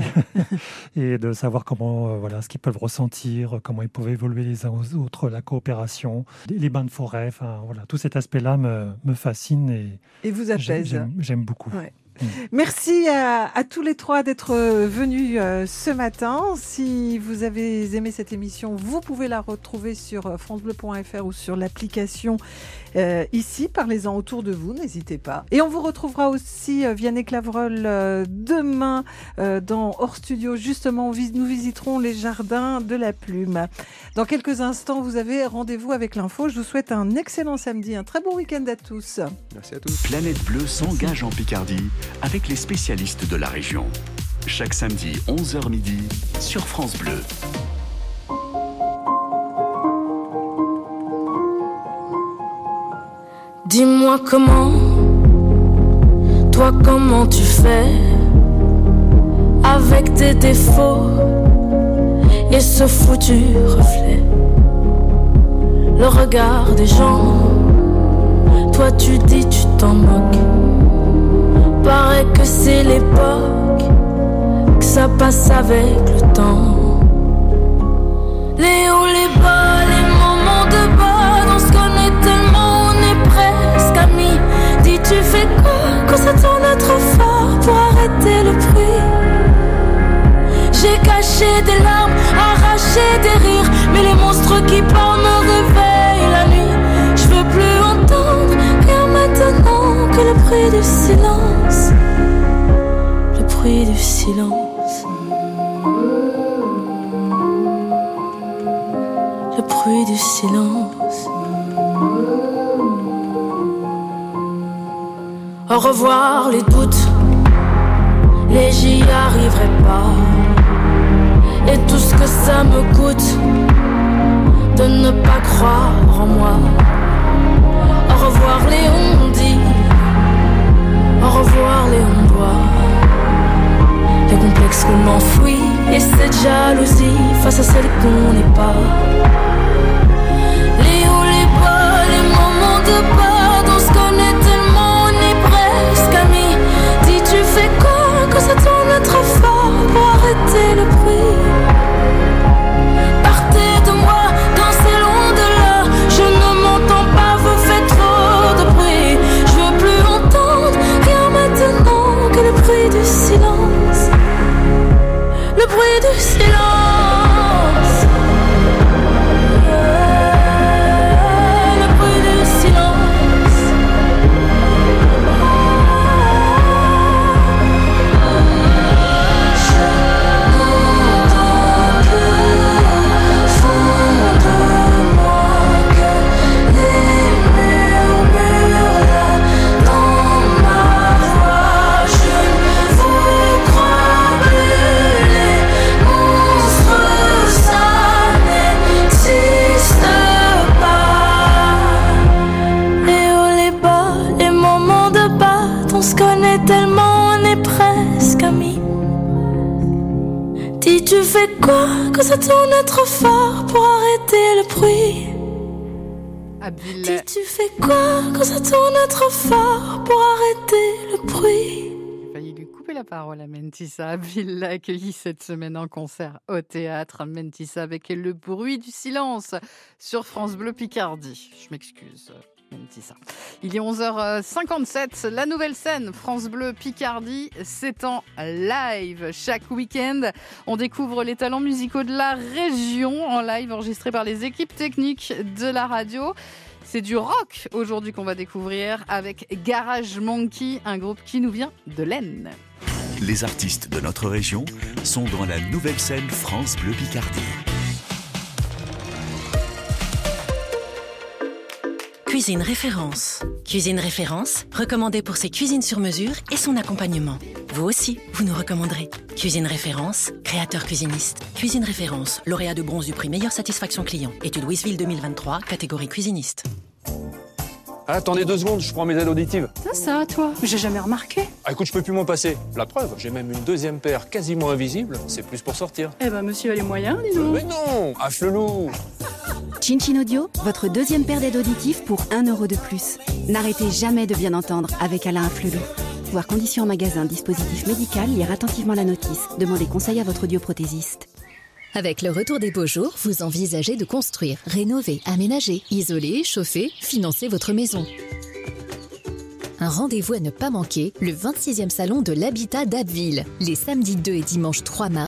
et de savoir comment, euh, voilà, ce qu'ils peuvent ressentir, comment ils peuvent évoluer les uns aux autres, la coopération, les les bains de forêt. Enfin, voilà, tout cet aspect-là me, me fascine et, Et vous j'ai- apaise. j'aime j'aime beaucoup. Ouais. Merci à, à tous les trois d'être venus euh, ce matin. Si vous avez aimé cette émission, vous pouvez la retrouver sur euh, francebleu point f r ou sur l'application euh, ici. Parlez-en autour de vous, n'hésitez pas. Et on vous retrouvera aussi, euh, Vianney Clavreul, euh, demain euh, dans Hors Studio. Justement, vis- nous visiterons les jardins de la Plume. Dans quelques instants, vous avez rendez-vous avec l'info. Je vous souhaite un excellent samedi, un très bon week-end à tous. Merci à tous. Planète Bleue s'engage en Picardie avec les spécialistes de la région. Chaque samedi, onze heures midi, sur France Bleu. Dis-moi comment Toi comment tu fais avec tes défauts et ce foutu reflet, le regard des gens. Toi tu dis tu t'en moques, paraît que c'est l'époque, que ça passe avec le temps. Les hauts, les bas, les moments de bas, on se connaît tellement, on est presque amis. Dis tu fais quoi quand ça tourne trop fort pour arrêter le bruit? J'ai caché des larmes, arraché des rires, mais les monstres qui parlent me réveillent la nuit. Je veux plus entendre rien maintenant que le bruit du silence. Le bruit du silence. Le bruit du silence. Au revoir les doutes, les j'y arriverai pas. Et tout ce que ça me coûte de ne pas croire en moi. Au revoir les on-dit, au revoir les on-doit. Les complexes qu'on enfouit et cette jalousie face à celle qu'on n'est pas. Les hauts, les bas, les moments de bas, on se connaît tellement, on est presque amis. Dis tu fais quoi quand ça tourne trop fort pour arrêter le bruit? Partez de moi, dansez loin de là. Je ne m'entends pas, vous faites trop de bruit. Je veux plus entendre rien maintenant que le bruit du silence. Le bruit du silence. Le bruit du silence. Je n'entends que fond de moi que les murmures là dans ma voix. Je ne vous crois plus, les monstres ça n'existe pas. Les hauts, les bas, les moments de bas, on se connaît tellement, on est presque amis. Dis tu fais quoi quand ça tourne trop fort pour arrêter le bruit? Abbeville. Dis tu fais quoi quand ça tourne trop fort pour arrêter le bruit? J'ai failli lui couper la parole à Mentissa. Abbeville l'a accueilli cette semaine en concert au théâtre. Mentissa avec le bruit du silence sur France Bleu Picardie. Je m'excuse, Mentissa. Il est onze heures cinquante-sept. La nouvelle scène France Bleu Picardie, c'est en live. Chaque week-end, on découvre les talents musicaux de la région en live enregistrés par les équipes techniques de la radio. C'est du rock aujourd'hui qu'on va découvrir avec Garage Monkey, un groupe qui nous vient de l'Aisne. Les artistes de notre région sont dans la nouvelle scène France Bleu Picardie. Cuisine Référence. Cuisine Référence, recommandée pour ses cuisines sur mesure et son accompagnement. Vous aussi, vous nous recommanderez. Cuisine Référence, créateur cuisiniste. Cuisine Référence, lauréat de bronze du prix Meilleure Satisfaction Client. Étude Louisville deux mille vingt-trois, catégorie cuisiniste. Ah, attendez deux secondes, je prends mes aides auditives. Ça, ça, toi, j'ai jamais remarqué. Ah, écoute, je peux plus m'en passer. La preuve, j'ai même une deuxième paire quasiment invisible. C'est plus pour sortir. Eh ben, monsieur a les moyens, dis donc. Mais non, ah, flelou. Chin Audio, votre deuxième paire d'aides auditives pour un euro de plus. N'arrêtez jamais de bien entendre avec Alain Flelou. Voir conditions en magasin, dispositif médical, lire attentivement la notice. Demandez conseil à votre audioprothésiste. Avec le retour des beaux jours, vous envisagez de construire, rénover, aménager, isoler, chauffer, financer votre maison. Un rendez-vous à ne pas manquer, le vingt-sixième salon de l'habitat d'Abbeville, les samedis deux et dimanche trois mars.